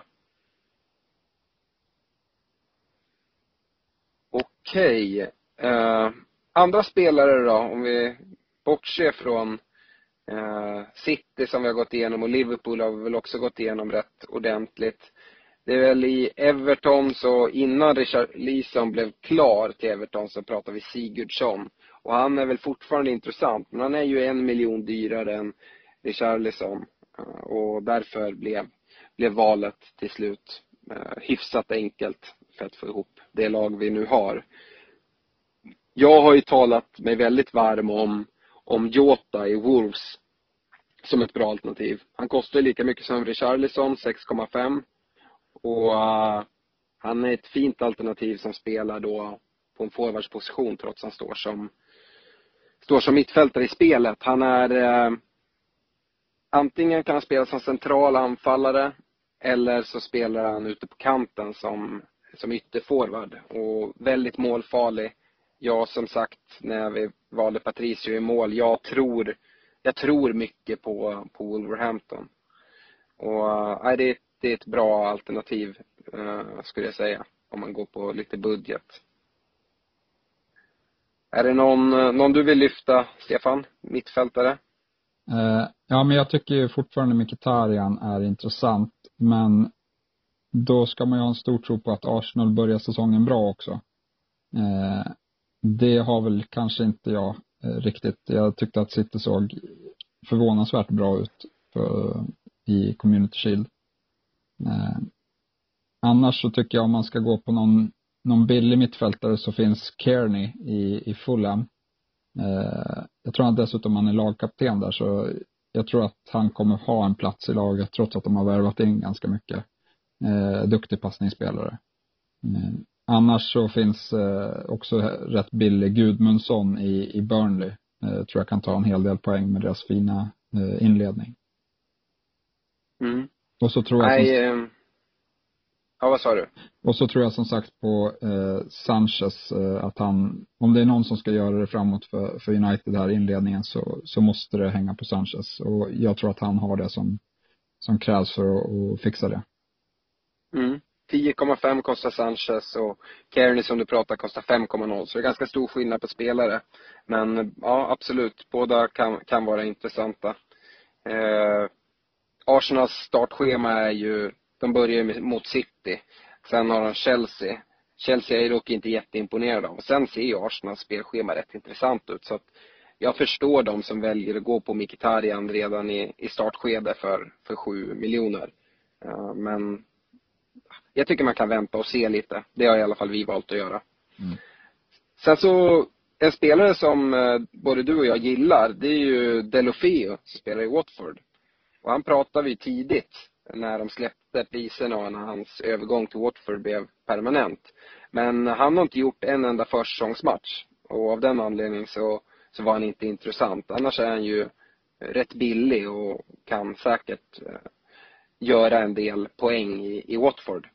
Okej. Okay. Uh, andra spelare då, om vi bortser från uh, City som vi har gått igenom och Liverpool har vi väl också gått igenom rätt ordentligt. Det är väl i Everton, så innan Richarlison blev klar till Everton så pratar vi Sigurdsson. Och han är väl fortfarande intressant, men han är ju en miljon dyrare än Richarlison. Uh, och därför blev, blev valet till slut uh, hyfsat enkelt för att få ihop det lag vi nu har. jag har ju talat mig väldigt varm om, om Jota i Wolves som ett bra alternativ. Han kostar lika mycket som Richarlison, sex komma fem. Och uh, han är ett fint alternativ som spelar då på en forwardsposition trots att han står som, står som mittfältare i spelet. Han är... Uh, antingen kan han spela som central anfallare eller så spelar han ute på kanten som, som ytterforward. Och väldigt målfarlig. Jag som sagt, när vi valde Patricio i mål, jag tror, jag tror mycket på, på Wolverhampton. Och äh, det, är, det är ett bra alternativ uh, skulle jag säga, om man går på lite budget. Är det någon, någon du vill lyfta, Stefan? Mittfältare? Uh, ja, men jag tycker ju fortfarande Mkhitaryan är intressant. Men då ska man ju ha en stor tro på att Arsenal börjar säsongen bra också. Uh, Det har väl kanske inte jag eh, riktigt. Jag tyckte att City såg förvånansvärt bra ut för, i Community Shield. Eh, annars så tycker jag om man ska gå på någon, någon billig mittfältare så finns Kearney i, i Fulham. Eh, jag tror att dessutom han är lagkapten där, så jag tror att han kommer ha en plats i laget trots att de har värvat in ganska mycket eh, duktig passningsspelare. Eh, Annars så finns eh, också rätt billig Gudmundsson i, i Burnley. Eh, tror jag kan ta en hel del poäng med deras fina eh, inledning. Mm. Och så tror jag Nej, som, eh, ja, vad sa du? Och så tror jag som sagt på eh, Sanchez eh, att han, om det är någon som ska göra det framåt för, för United här i inledningen så, så måste det hänga på Sanchez. Och jag tror att han har det som, som krävs för att, att fixa det. Mm. tio komma fem kostar Sanchez och Kearney som du pratar kostar fem komma noll. Så det är ganska stor skillnad på spelare. Men ja, absolut. Båda kan, kan vara intressanta. Eh, Arsenals startschema är ju, de börjar ju mot City. Sen har de Chelsea. Chelsea är dock inte jätteimponerad av. Och sen ser ju Arsenals spelschema rätt intressant ut. Så att jag förstår de som väljer att gå på Mkhitaryan redan i, i startskede för, för sju miljoner. Eh, men jag tycker man kan vänta och se lite. Det har i alla fall vi valt att göra. Mm. Sen så, en spelare som eh, både du och jag gillar, det är ju Deulofeu som spelar i Watford. Och han pratade vi tidigt när de släppte priserna och när hans övergång till Watford blev permanent. Men han har inte gjort en enda försäsongsmatch. Och av den anledningen så, så var han inte intressant. Annars är han ju rätt billig och kan säkert eh, göra en del poäng i, i Watford.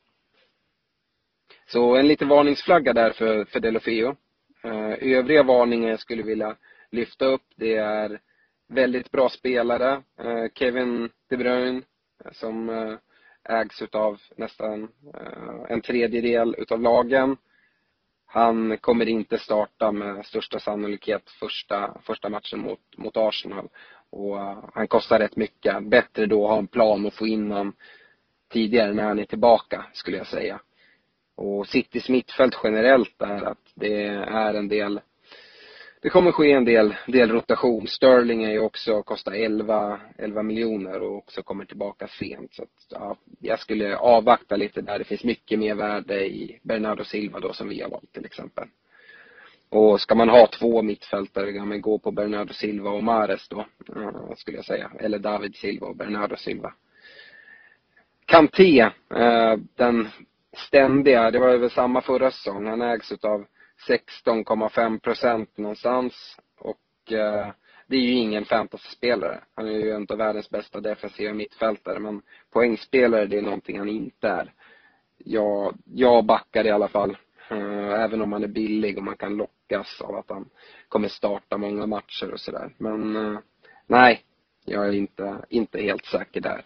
Så en liten varningsflagga där för, för Deulofeu. Uh, övriga varningar jag skulle vilja lyfta upp, det är väldigt bra spelare. Uh, Kevin De Bruyne som uh, ägs utav nästan uh, en tredjedel utav lagen. Han kommer inte starta med största sannolikhet första, första matchen mot, mot Arsenal. Och uh, han kostar rätt mycket. Bättre då att ha en plan och få in honom tidigare när han är tillbaka, skulle jag säga. Och Citys mittfält generellt är att det är en del, det kommer ske en del, del rotation. Sterling är ju också, kostar elva miljoner och också kommer tillbaka sent. Så att, ja, jag skulle avvakta lite där. Det finns mycket mer värde i Bernardo Silva då som vi har valt till exempel. Och ska man ha två mittfältare kan man gå på Bernardo Silva och Mahrez då, ja, skulle jag säga. Eller David Silva och Bernardo Silva. Kanté, eh, den ständiga, det var väl samma förra säsong. Han ägs av sexton komma fem procent någonstans. Och eh, det är ju ingen fantasyspelare. Han är ju en av världens bästa defensiva mittfältare. Men poängspelare, det är någonting han inte är. Jag, jag backar i alla fall. Eh, även om han är billig och man kan lockas av att han kommer starta många matcher och sådär. Men eh, nej, jag är inte, inte helt säker där.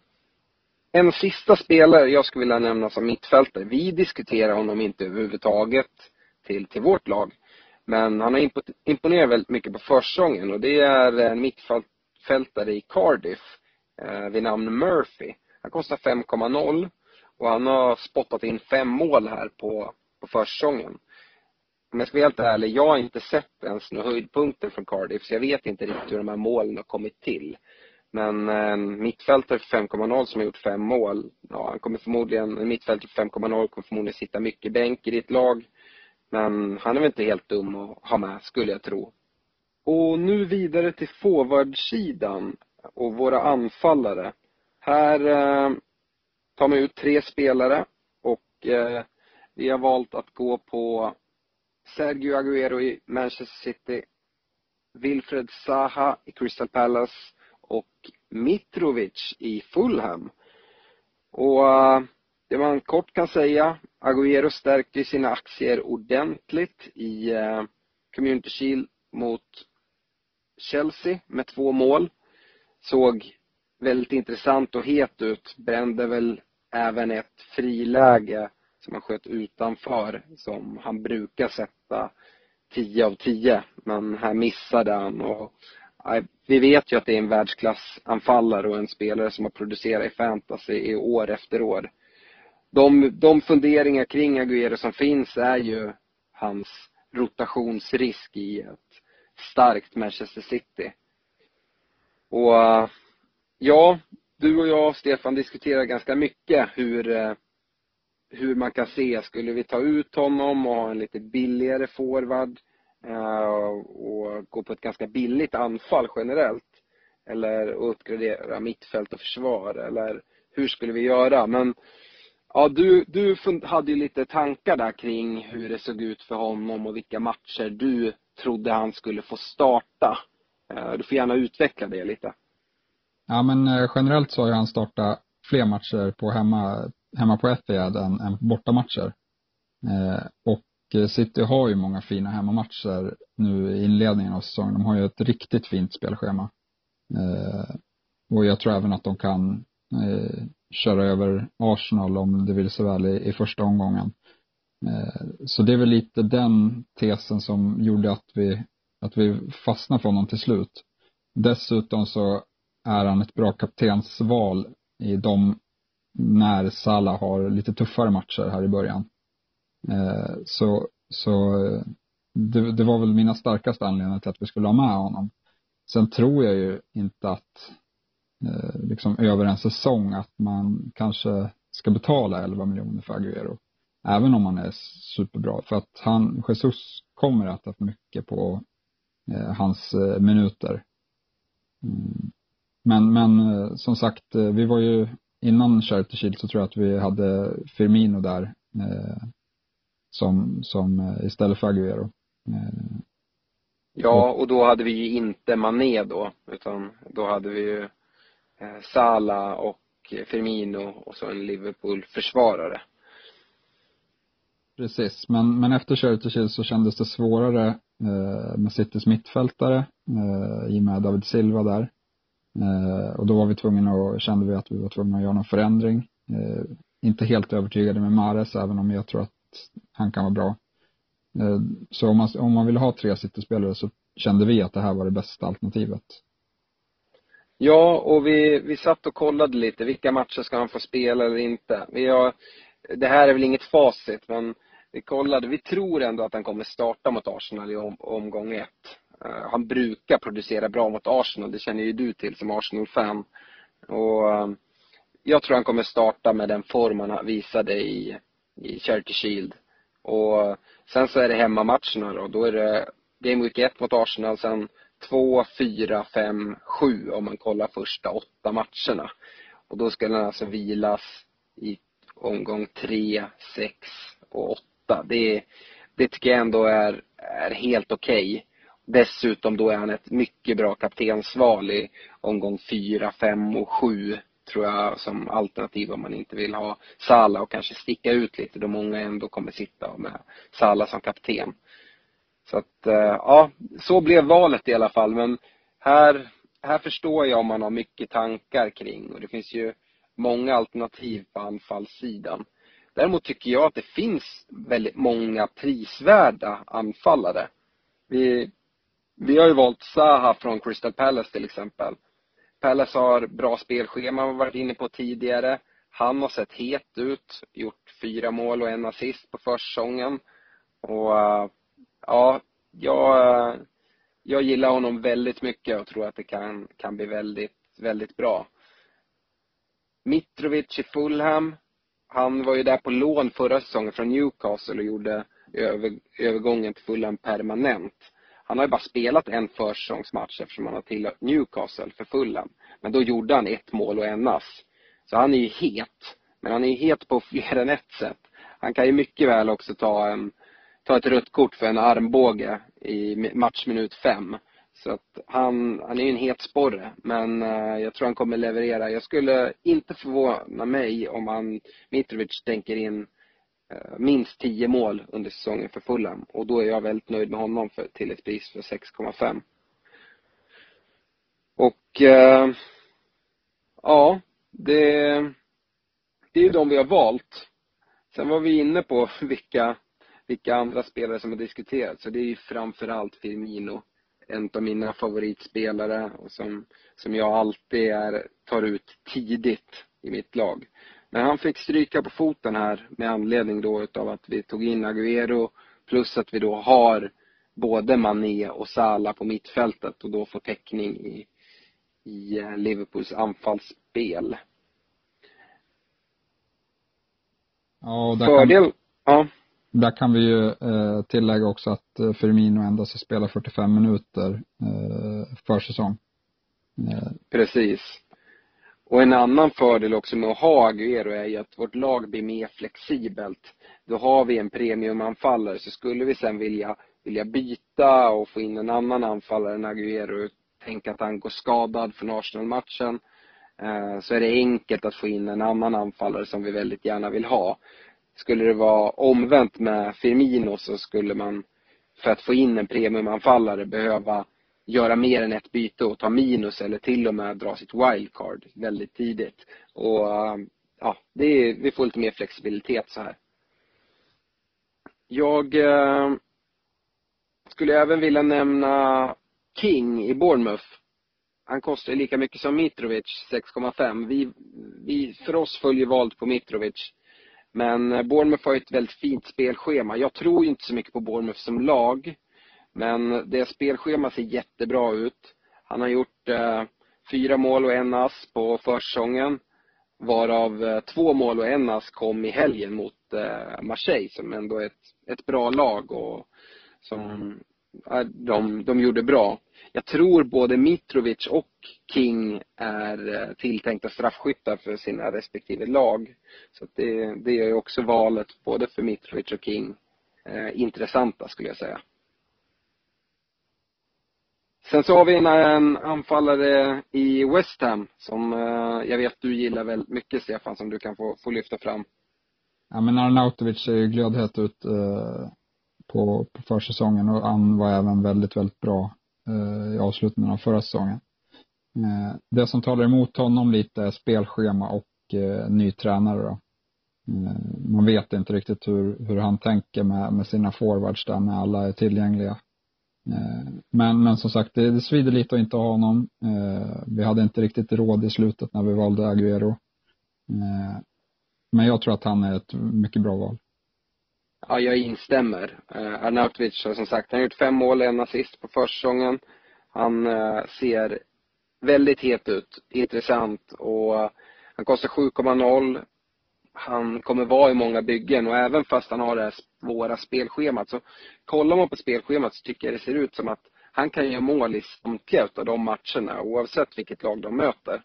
En sista spelare jag skulle vilja nämna som mittfältare. Vi diskuterar honom inte överhuvudtaget till, till vårt lag. Men han har imponerat väldigt mycket på försäsongen. Och det är en mittfältare i Cardiff eh, vid namn Murphy. Han kostar fem komma noll. Och han har spottat in fem mål här på, på försäsongen. Om jag ska vara helt ärlig, jag har inte sett ens några höjdpunkter från Cardiff. Så jag vet inte riktigt hur de här målen har kommit till. Men en mittfältare för fem komma noll som har gjort fem mål. Ja, han kommer förmodligen, en mittfältare för fem komma noll kommer förmodligen sitta mycket bänk i ditt lag. Men han är väl inte helt dum att ha med, skulle jag tro. Och nu vidare till forwardsidan och våra anfallare. Här eh, tar man ut tre spelare och eh, vi har valt att gå på Sergio Aguero i Manchester City, Wilfred Zaha i Crystal Palace och Mitrovic i Fulham. Och uh, det man kort kan säga, Aguero stärkte sina aktier ordentligt i uh, Community Shield mot Chelsea med två mål. Såg väldigt intressant och het ut. Brände väl även ett friläge som han sköt utanför, som han brukar sätta tio av tio. Men här missade han. Och, ja, vi vet ju att det är en världsklassanfallare och en spelare som har producerat i fantasy i år efter år. De, de funderingar kring Aguero som finns är ju hans rotationsrisk i ett starkt Manchester City. Och ja, du och jag, Stefan, diskuterar ganska mycket hur, hur man kan se. Skulle vi ta ut honom och ha en lite billigare forward och gå på ett ganska billigt anfall generellt? Eller uppgradera mittfält och försvar? Eller hur skulle vi göra? Men ja, du, du hade ju lite tankar där kring hur det såg ut för honom och vilka matcher du trodde han skulle få starta. Du får gärna utveckla det lite. Ja, men generellt så har han startat fler matcher på hemma, hemma på Etihad än, än bortamatcher. Eh, och City har ju många fina hemmamatcher nu i inledningen av säsongen. De har ju ett riktigt fint spelschema. Eh, och jag tror även att de kan eh, köra över Arsenal om det vill så väl i, i första omgången. Eh, så det är väl lite den tesen som gjorde att vi, att vi fastnade för honom till slut. Dessutom så är han ett bra kaptensval i de när Salah har lite tuffare matcher här i början. Eh, så så det, det var väl mina starkaste anledningar till att vi skulle ha med honom. Sen tror jag ju inte att eh, liksom över en säsong att man kanske ska betala elva miljoner för Aguero. Även om han är superbra. För att han, Jesus kommer att ha mycket på eh, hans eh, minuter. Mm. Men, men som sagt, vi var ju innan Charity Shield så tror jag att vi hade Firmino där eh, som, som istället för Aguero. Eh, ja, och då hade vi ju inte Mané då, utan då hade vi ju eh, Salah och Firmino och så en Liverpool-försvarare. Precis, men, men efter Charity Shield så kändes det svårare eh, med Citys mittfältare eh, i och med David Silva där. Eh, och då var vi tvungna och kände vi att vi var tvungna att göra någon förändring. Eh, inte helt övertygade med Mahrez, även om jag tror att han kan vara bra. Eh, så om man, om man ville ha tre City-spelare så kände vi att det här var det bästa alternativet. Ja, och vi, vi satt och kollade lite. Vilka matcher ska han få spela eller inte? Vi har, det här är väl inget facit, men vi kollade. Vi tror ändå att han kommer starta mot Arsenal i om, omgång ett. Uh, han brukar producera bra mot Arsenal. Det känner ju du till som Arsenal-fan. Och uh, jag tror han kommer starta med den form han visade i, i Charity Shield. Och uh, sen så är det hemmamatcherna då. Då är det Game Week ett mot Arsenal. Sen två, fyra, fem, sju om man kollar första åtta matcherna. Och då ska den alltså vilas i omgång tre, sex och åtta. Det, det tycker jag ändå är, är helt okej. Okay. Dessutom då är han ett mycket bra kaptensval i omgång fyra, fem och sju tror jag som alternativ om man inte vill ha Salah och kanske sticka ut lite då många ändå kommer sitta med Salah som kapten. Så att ja, så blev valet i alla fall. Men här, här förstår jag om man har mycket tankar kring och det finns ju många alternativ på anfallssidan. Däremot tycker jag att det finns väldigt många prisvärda anfallare. Vi Vi har ju valt Zaha från Crystal Palace till exempel. Palace har bra spelschema, man har varit inne på tidigare. Han har sett het ut, gjort fyra mål och en assist på försäsongen. Och ja, jag, jag gillar honom väldigt mycket och tror att det kan, kan bli väldigt, väldigt bra. Mitrovic i Fulham. Han var ju där på lån förra säsongen från Newcastle och gjorde, över, övergången till Fulham permanent. Han har ju bara spelat en försäsongsmatch eftersom han har tillhört Newcastle för Fulham. Men då gjorde han ett mål och en ass. Så han är ju het. Men han är ju het på fler än ett sätt. Han kan ju mycket väl också ta, en, ta ett rött kort för en armbåge i matchminut fem. Så att han, han är ju en het sporre. Men uh, jag tror han kommer leverera. Jag skulle inte förvåna mig om han, Mitrovic tänker in uh, minst tio mål under säsongen för Fulham. Och då är jag väldigt nöjd med honom för, till ett pris för sex komma fem. Och uh, ja, det, det är ju de vi har valt. Sen var vi inne på vilka, vilka andra spelare som har diskuterats. Så det är ju framförallt Firmino. En av mina favoritspelare och som, som jag alltid är, tar ut tidigt i mitt lag. Men han fick stryka på foten här med anledning då utav att vi tog in Agüero plus att vi då har både Mané och Salah på mittfältet och då får täckning i, i Liverpools anfallsspel. Ja, och där Fördel, kan, ja. Där kan vi ju eh, tillägga också att eh, Firmino endast har spelat fyrtiofem minuter eh, för säsong. Eh. Precis. Och en annan fördel också med att ha Agüero är ju att vårt lag blir mer flexibelt. Då har vi en premiumanfallare, så skulle vi sen vilja, vilja byta och få in en annan anfallare än Agüero, tänka att han går skadad för Arsenal-matchen, eh, så är det enkelt att få in en annan anfallare som vi väldigt gärna vill ha. Skulle det vara omvänt med Firmino så skulle man för att få in en premiumanfallare behöva göra mer än ett byte och ta minus eller till och med dra sitt wildcard väldigt tidigt. Och ja, det är, vi får lite mer flexibilitet så här. Jag eh, skulle även vilja nämna King i Bournemouth. Han kostar lika mycket som Mitrovic, sex komma fem. Vi, vi, för oss följer valt på Mitrovic. Men Bournemouth har ett väldigt fint spelschema. Jag tror inte så mycket på Bournemouth som lag. Men det spelschema ser jättebra ut. Han har gjort eh, fyra mål och en ass på försäsongen. Varav eh, två mål och en ass kom i helgen mot eh, Marseille. Som ändå är ett, ett bra lag. Och som eh, de, de gjorde bra. Jag tror både Mitrovic och King är eh, tilltänkta straffskyttar för sina respektive lag. Så att det, det är också valet både för Mitrovic och King eh, intressanta skulle jag säga. Sen så har vi en, en anfallare i West Ham som eh, jag vet du gillar väldigt mycket, Stefan, som du kan få, få lyfta fram. Ja, men Arnautovic ser ju glödhet ut eh, på, på försäsongen och han var även väldigt, väldigt bra eh, i avslutningen av förra säsongen. Eh, det som talar emot honom lite är spelschema och eh, ny tränare då. Eh, man vet inte riktigt hur, hur han tänker med, med sina forwards där när alla är tillgängliga. Men, men som sagt, det, det svider lite att inte ha honom. Eh, vi hade inte riktigt råd i slutet när vi valde Agüero. Eh, men jag tror att han är ett mycket bra val. Ja, jag instämmer. Eh, Arnautovic har som sagt, han har gjort fem mål och en assist på försäsongen. Han eh, ser väldigt het ut, intressant och eh, han kostar sju komma noll. Han kommer vara i många byggen och även fast han har det här svåra spelschemat så kollar man på spelschemat så tycker jag det ser ut som att han kan göra mål i samtliga av de matcherna oavsett vilket lag de möter.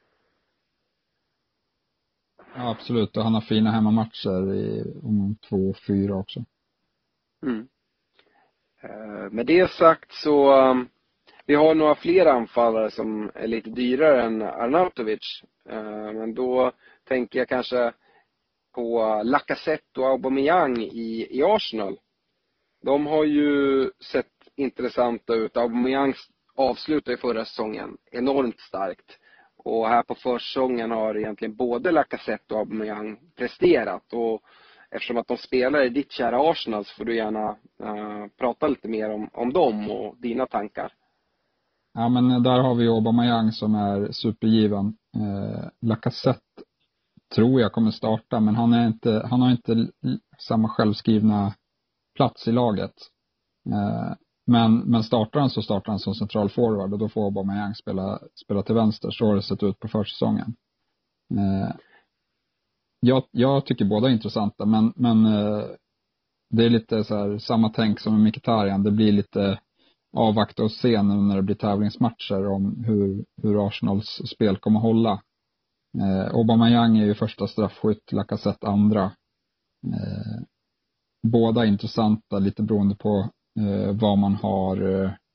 Ja, absolut, och han har fina hemmamatcher i om två och fyra också. Mm. Eh, med det sagt så um, vi har några fler anfallare som är lite dyrare än Arnautovic. Eh, men då tänker jag kanske på Lacazette och Aubameyang i, i Arsenal. De har ju sett intressanta ut. Aubameyang avslutade i förra säsongen enormt starkt. Och här på försäsongen har egentligen både Lacazette och Aubameyang presterat. Och eftersom att de spelar i ditt kära Arsenal så får du gärna uh, prata lite mer om, om dem och dina tankar. Ja, men där har vi Aubameyang som är supergiven. Eh, Lacazette tror jag kommer starta, men han är inte, han har inte samma självskrivna plats i laget. Eh, men, men startar han så startar han som central forward och då får Aubameyang spela, spela till vänster. Så har det sett ut på försäsongen. Eh, jag, jag tycker båda är intressanta, men, men eh, det är lite så här, samma tänk som med Mkhitaryan. Det blir lite avvakta och se nu när det blir tävlingsmatcher om hur, hur Arsenals spel kommer att hålla. Eh, Aubameyang är ju första straffskytt, Lacazette andra. Eh, båda intressanta, lite beroende på eh, vad man har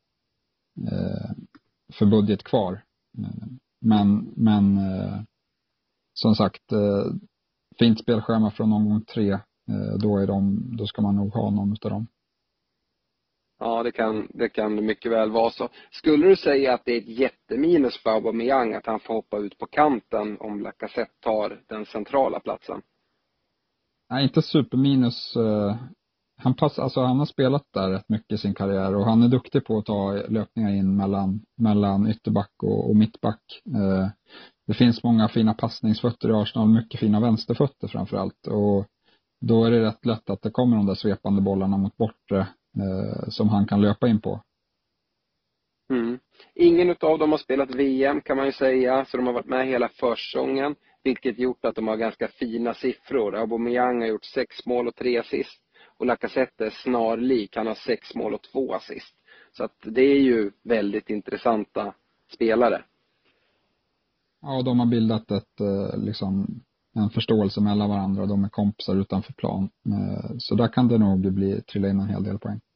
eh, för budget kvar. Eh, men men eh, som sagt, eh, fint spelschema från omgång tre. Eh, då, är de, då ska man nog ha någon av dem. Ja, det kan, det kan mycket väl vara så. Skulle du säga att det är ett jätteminus för Aubameyang att han får hoppa ut på kanten om Lacazette tar den centrala platsen? Nej, inte superminus. Han, pass, alltså han har spelat där rätt mycket i sin karriär och han är duktig på att ta löpningar in mellan, mellan ytterback och, och mittback. Det finns många fina passningsfötter i Arsenal, mycket fina vänsterfötter framförallt. Och då är det rätt lätt att det kommer de där svepande bollarna mot bortre som han kan löpa in på. Mm. Ingen av dem har spelat V M kan man ju säga, så de har varit med hela försäsongen, vilket gjort att de har ganska fina siffror. Aubameyang har gjort sex mål och tre assist och Lacazette är snarlik, han har sex mål och två assist. Så att det är ju väldigt intressanta spelare. Ja, de har bildat ett liksom en förståelse mellan varandra, de är kompisar utanför plan. Så där kan det nog bli trilla in en hel del poäng.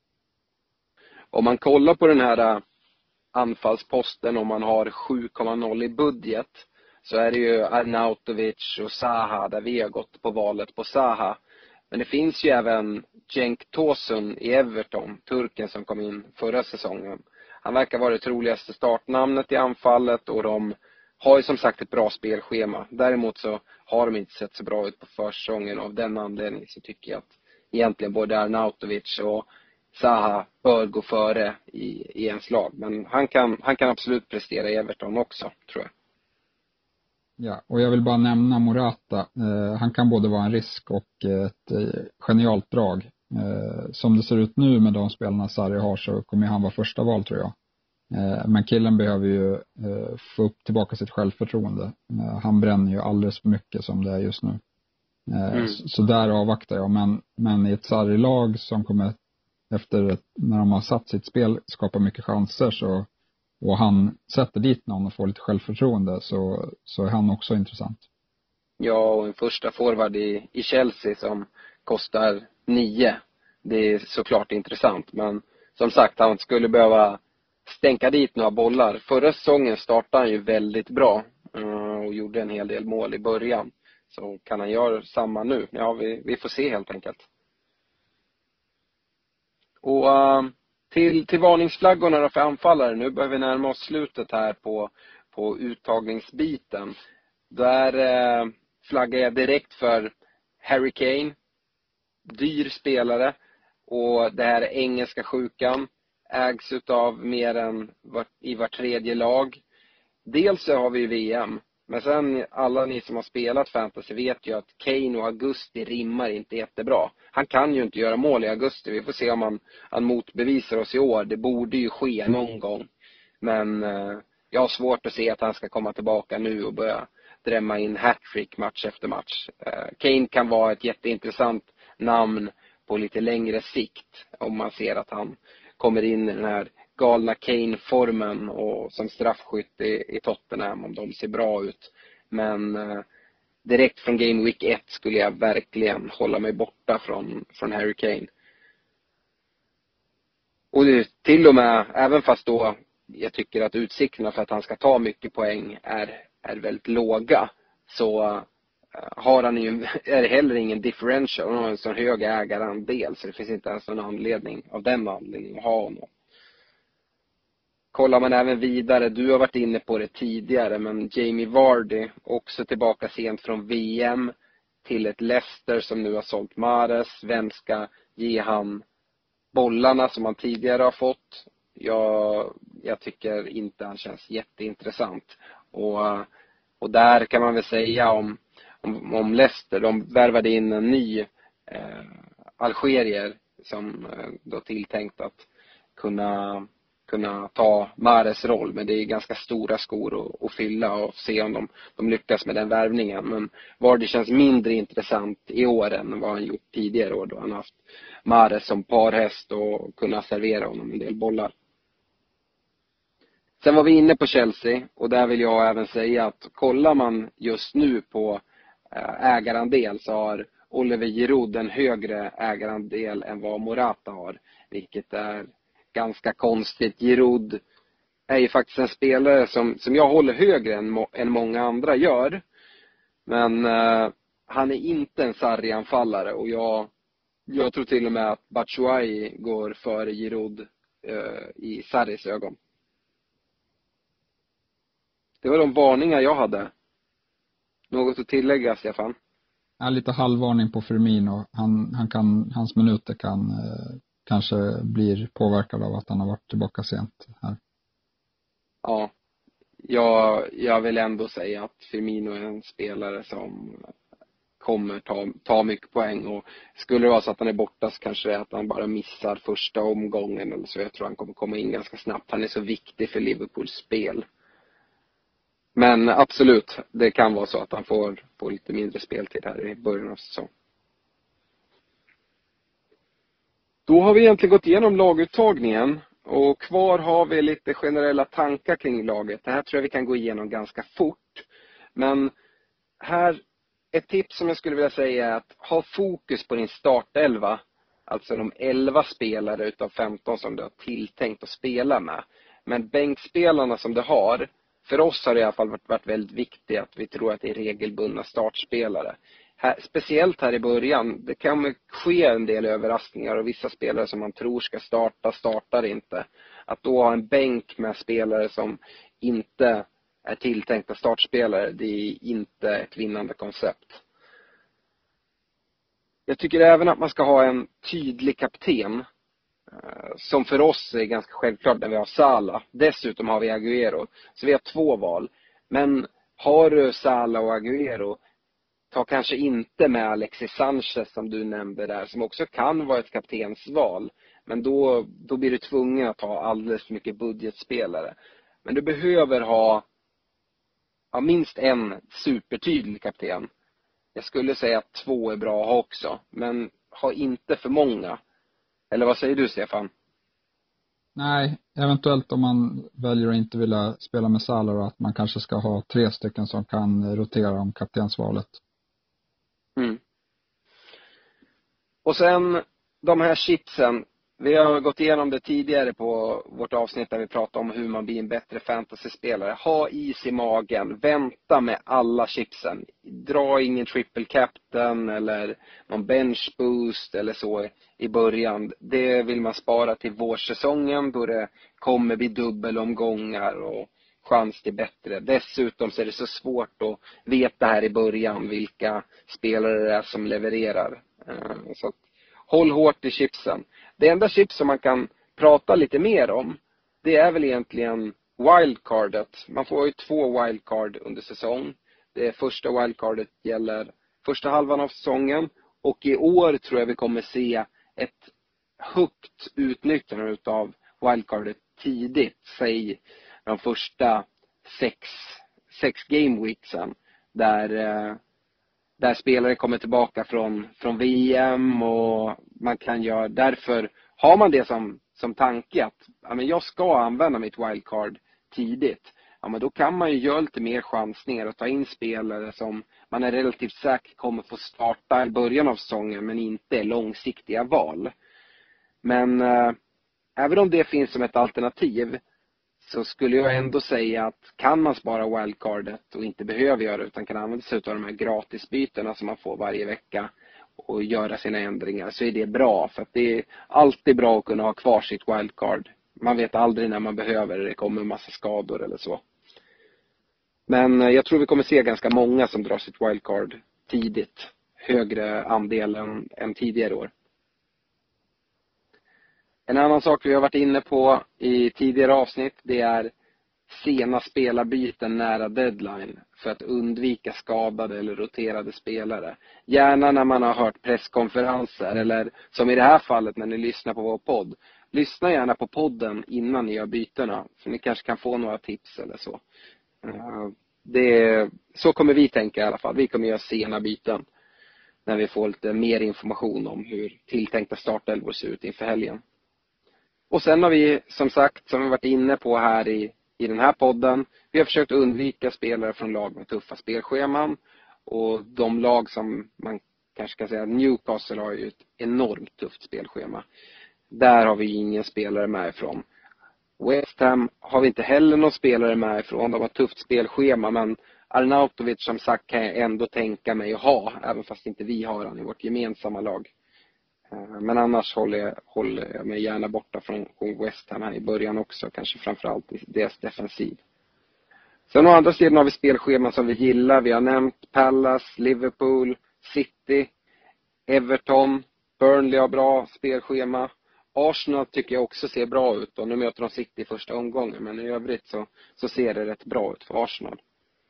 Om man kollar på den här anfallsposten, om man har sju komma noll i budget, så är det ju Arnautovic och Zaha där vi har gått på valet på Zaha. Men det finns ju även Cenk Tosun i Everton, turken som kom in förra säsongen. Han verkar vara det troligaste startnamnet i anfallet och de har ju som sagt ett bra spelschema. Däremot så har de inte sett så bra ut på försäsongen och av den anledningen så tycker jag att egentligen både Arnautovic och Zaha bör gå före i, i en slag. Men han kan, han kan absolut prestera i Everton också, tror jag. Ja, och jag vill bara nämna Morata. Eh, han kan både vara en risk och ett eh, genialt drag. Eh, som det ser ut nu med de spelarna Sarri har så kommer han vara första val, tror jag. Eh, men killen behöver ju eh, få upp tillbaka sitt självförtroende. Eh, han bränner ju alldeles för mycket som det är just nu. Eh, mm. så, så där avvaktar jag. Men, men i ett Sarri-lag som kommer efter ett, när de har satt sitt spel skapa mycket chanser så, och han sätter dit någon och får lite självförtroende så, så är han också intressant. Ja, och en första forward i, i Chelsea som kostar nio. Det är såklart intressant. Men som sagt, han skulle behöva stänka dit några bollar. Förra säsongen startade han ju väldigt bra och gjorde en hel del mål i början. Så kan han göra samma nu? Ja, vi, vi får se helt enkelt. Och uh, till, till varningsflaggorna för anfallare. Nu börjar vi närma oss slutet här på, på uttagningsbiten. Där uh, flaggar jag direkt för Harry Kane. Dyr spelare. Och det här är engelska sjukan. Ägs utav mer än var, i var tredje lag. Dels så har vi V M. Men sen alla ni som har spelat fantasy vet ju att Kane och augusti rimmar inte jättebra. Han kan ju inte göra mål i augusti. Vi får se om han, han motbevisar oss i år. Det borde ju ske någon gång. Men eh, jag har svårt att se att han ska komma tillbaka nu och börja drämma in hattrick match efter match. Eh, Kane kan vara ett jätteintressant namn på lite längre sikt. Om man ser att han kommer in i den här galna Kane-formen och som straffskytt i, i Tottenham om de ser bra ut. Men eh, direkt från Game Week ett skulle jag verkligen hålla mig borta från, från Harry Kane. Och det, till och med, även fast då jag tycker att utsikterna för att han ska ta mycket poäng är, är väldigt låga, så eh, har han ju, är det heller ingen differential. Han har en sån hög ägarandel så det finns inte ens någon anledning av den anledningen att ha honom. Kollar man även vidare, du har varit inne på det tidigare, men Jamie Vardy också tillbaka sent från V M till ett Leicester som nu har sålt Mahrez. Vem ska ge han bollarna som han tidigare har fått? Jag, jag tycker inte han känns jätteintressant. Och, och där kan man väl säga om, om, om Leicester, de värvade in en ny eh, algerier som eh, då tilltänkt att kunna kunna ta Mahrez roll. Men det är ganska stora skor att, att fylla och se om de, de lyckas med den värvningen. Men Vardy känns mindre intressant i år än vad han gjort tidigare år, då han har haft Mahrez som parhäst och kunna servera honom en del bollar. Sen var vi inne på Chelsea, och där vill jag även säga att kollar man just nu på ägarandel så har Oliver Giroud en högre ägarandel än vad Morata har, vilket är ganska konstigt. Giroud är ju faktiskt en spelare som, som jag håller högre än, än många andra gör, men eh, han är inte en Sarri-anfallare, och jag, jag tror till och med att Batshuayi går före Giroud eh, i Sarris ögon. Det var de varningar jag hade. Något att tillägga, Stefan? Ja, lite halvvarning på Firmino. Han, han kan, hans minuter kan eh, kanske blir påverkad av att han har varit tillbaka sent här. Ja, jag, jag vill ändå säga att Firmino är en spelare som kommer ta, ta mycket poäng. Och skulle det vara så att han är borta så kanske det är att han bara missar första omgången eller så. Jag tror han kommer komma in ganska snabbt. Han är så viktig för Liverpools spel. Men absolut, det kan vara så att han får, får lite mindre speltid här i början av säsongen. Då har vi egentligen gått igenom laguttagningen, och kvar har vi lite generella tankar kring laget. Det här tror jag vi kan gå igenom ganska fort. Men här, ett tips som jag skulle vilja säga är att ha fokus på din startelva. Alltså de elva spelare utav femton som du har tilltänkt att spela med. Men bänkspelarna som du har, för oss har det i alla fall varit, varit väldigt viktigt att vi tror att det är regelbundna startspelare. Här, speciellt här i början, det kan ske en del överraskningar, och vissa spelare som man tror ska starta, startar inte. Att då ha en bänk med spelare som inte är tilltänkta startspelare, det är inte ett vinnande koncept. Jag tycker även att man ska ha en tydlig kapten, som för oss är ganska självklart när vi har Salah. Dessutom har vi Agüero. Så vi har två val. Men har du Salah och Agüero, ta kanske inte med Alexis Sanchez som du nämnde där, som också kan vara ett kaptensval. Men då, då blir du tvungen att ha alldeles för mycket budgetspelare. Men du behöver ha ja, minst en supertydlig kapten. Jag skulle säga att två är bra att ha också. Men ha inte för många. Eller vad säger du, Stefan? Nej, eventuellt om man väljer att inte vilja spela med Salah, att man kanske ska ha tre stycken som kan rotera om kaptensvalet. Mm. Och sen de här chipsen. Vi har gått igenom det tidigare på vårt avsnitt där vi pratade om hur man blir en bättre fantasy-spelare. Ha is i magen. Vänta med alla chipsen. Dra ingen triple captain eller någon bench boost eller så i början. Det vill man spara till vårsäsongen, då det kommer bli dubbelomgångar och chans till bättre. Dessutom så är det så svårt att veta här i början vilka spelare det är som levererar. Så att håll hårt i chipsen. Det enda chips som man kan prata lite mer om, det är väl egentligen wildcardet. Man får ju två wildcard under säsong. Det första wildcardet gäller första halvan av säsongen. Och i år tror jag vi kommer se ett högt utnyttjande av wildcardet tidigt. Säg de första sex, sex game weeksen. Där... Där spelare kommer tillbaka från, från V M, och man kan göra, därför har man det som, som tanke att ja, men jag ska använda mitt wildcard tidigt. Ja, men då kan man ju göra lite mer chansningar och ta in spelare som man är relativt säker kommer få starta i början av säsongen, men inte långsiktiga val. Men äh, även om det finns som ett alternativ, så skulle jag ändå säga att kan man spara wildcardet och inte behöver göra det, utan kan använda sig av de här gratisbytena som man får varje vecka och göra sina ändringar, så är det bra. För att det är alltid bra att kunna ha kvar sitt wildcard. Man vet aldrig när man behöver det, det kommer en massa skador eller så. Men jag tror vi kommer se ganska många som drar sitt wildcard tidigt. Högre andel än, än tidigare år. En annan sak vi har varit inne på i tidigare avsnitt, det är sena spelarbyten nära deadline för att undvika skadade eller roterade spelare. Gärna när man har hört presskonferenser eller som i det här fallet när ni lyssnar på vår podd. lyssna gärna på podden innan ni gör bytena. För ni kanske kan få några tips eller så. Uh, det, så kommer vi tänka i alla fall. Vi kommer göra sena byten. När vi får lite mer information om hur tilltänkta startelvor ser ut inför helgen. Och sen har vi som sagt, som vi varit inne på här i, i den här podden. Vi har försökt undvika spelare från lag med tuffa spelscheman. Och de lag som man kanske kan säga, Newcastle har ju ett enormt tufft spelschema. Där har vi ingen spelare med ifrån. West Ham har vi inte heller någon spelare med ifrån. De har tufft spelschema, men Arnautovic som sagt kan jag ändå tänka mig att ha. Även fast inte vi har han i vårt gemensamma lag. Men annars håller jag, håller jag mig gärna borta från West Ham här i början också. Kanske framförallt i deras defensiv. Sen å andra sidan har vi spelscheman som vi gillar. Vi har nämnt Palace, Liverpool, City, Everton, Burnley har bra spelschema. Arsenal tycker jag också ser bra ut. Och nu möter de City i första omgången. Men i övrigt så, så ser det rätt bra ut för Arsenal.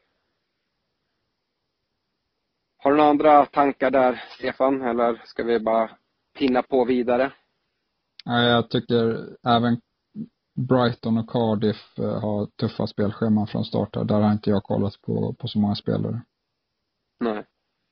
Har du några andra tankar där, Stefan? Eller ska vi bara pinna på vidare? Ja, jag tycker även Brighton och Cardiff har tuffa spelscheman från start. Där har inte jag kollat på, på så många spelare. Nej.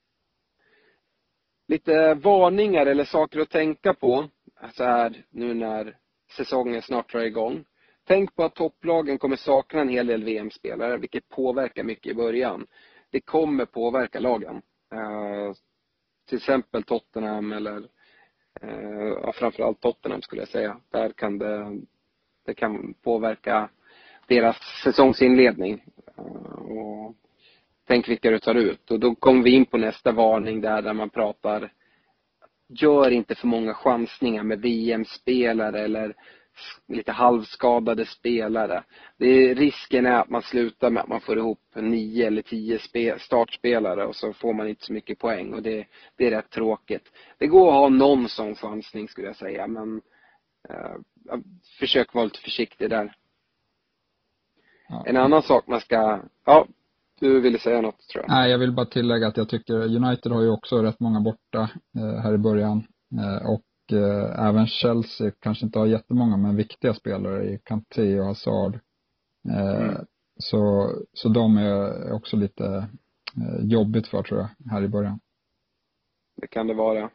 Lite varningar eller saker att tänka på så här nu när säsongen snart drar igång. Tänk på att topplagen kommer sakna en hel del V M-spelare, vilket påverkar mycket i början. Det kommer påverka lagen. Uh, till exempel Tottenham eller uh, ja, framförallt Tottenham skulle jag säga. Där kan det, det kan påverka deras säsongsinledning. Uh, och tänk vilka du tar ut. Och då kommer vi in på nästa varning där, där man pratar, gör inte för många chansningar med V M-spelare eller lite halvskadade spelare. Det är, risken är att man slutar med att man får ihop nio eller tio spe, startspelare och så får man inte så mycket poäng. Och det, det är rätt tråkigt. Det går att ha någon sån chansning skulle jag säga. Men eh, försök vara lite försiktig där. Ja. En annan sak man ska... Ja, du ville säga något tror jag. Nej, jag vill bara tillägga att jag tycker United har ju också rätt många borta eh, här i början. Eh, och eh, även Chelsea kanske inte har jättemånga men viktiga spelare i Kanté och Hazard. Eh, mm. så, så de är också lite eh, jobbigt för tror jag här i början. Det kan det vara.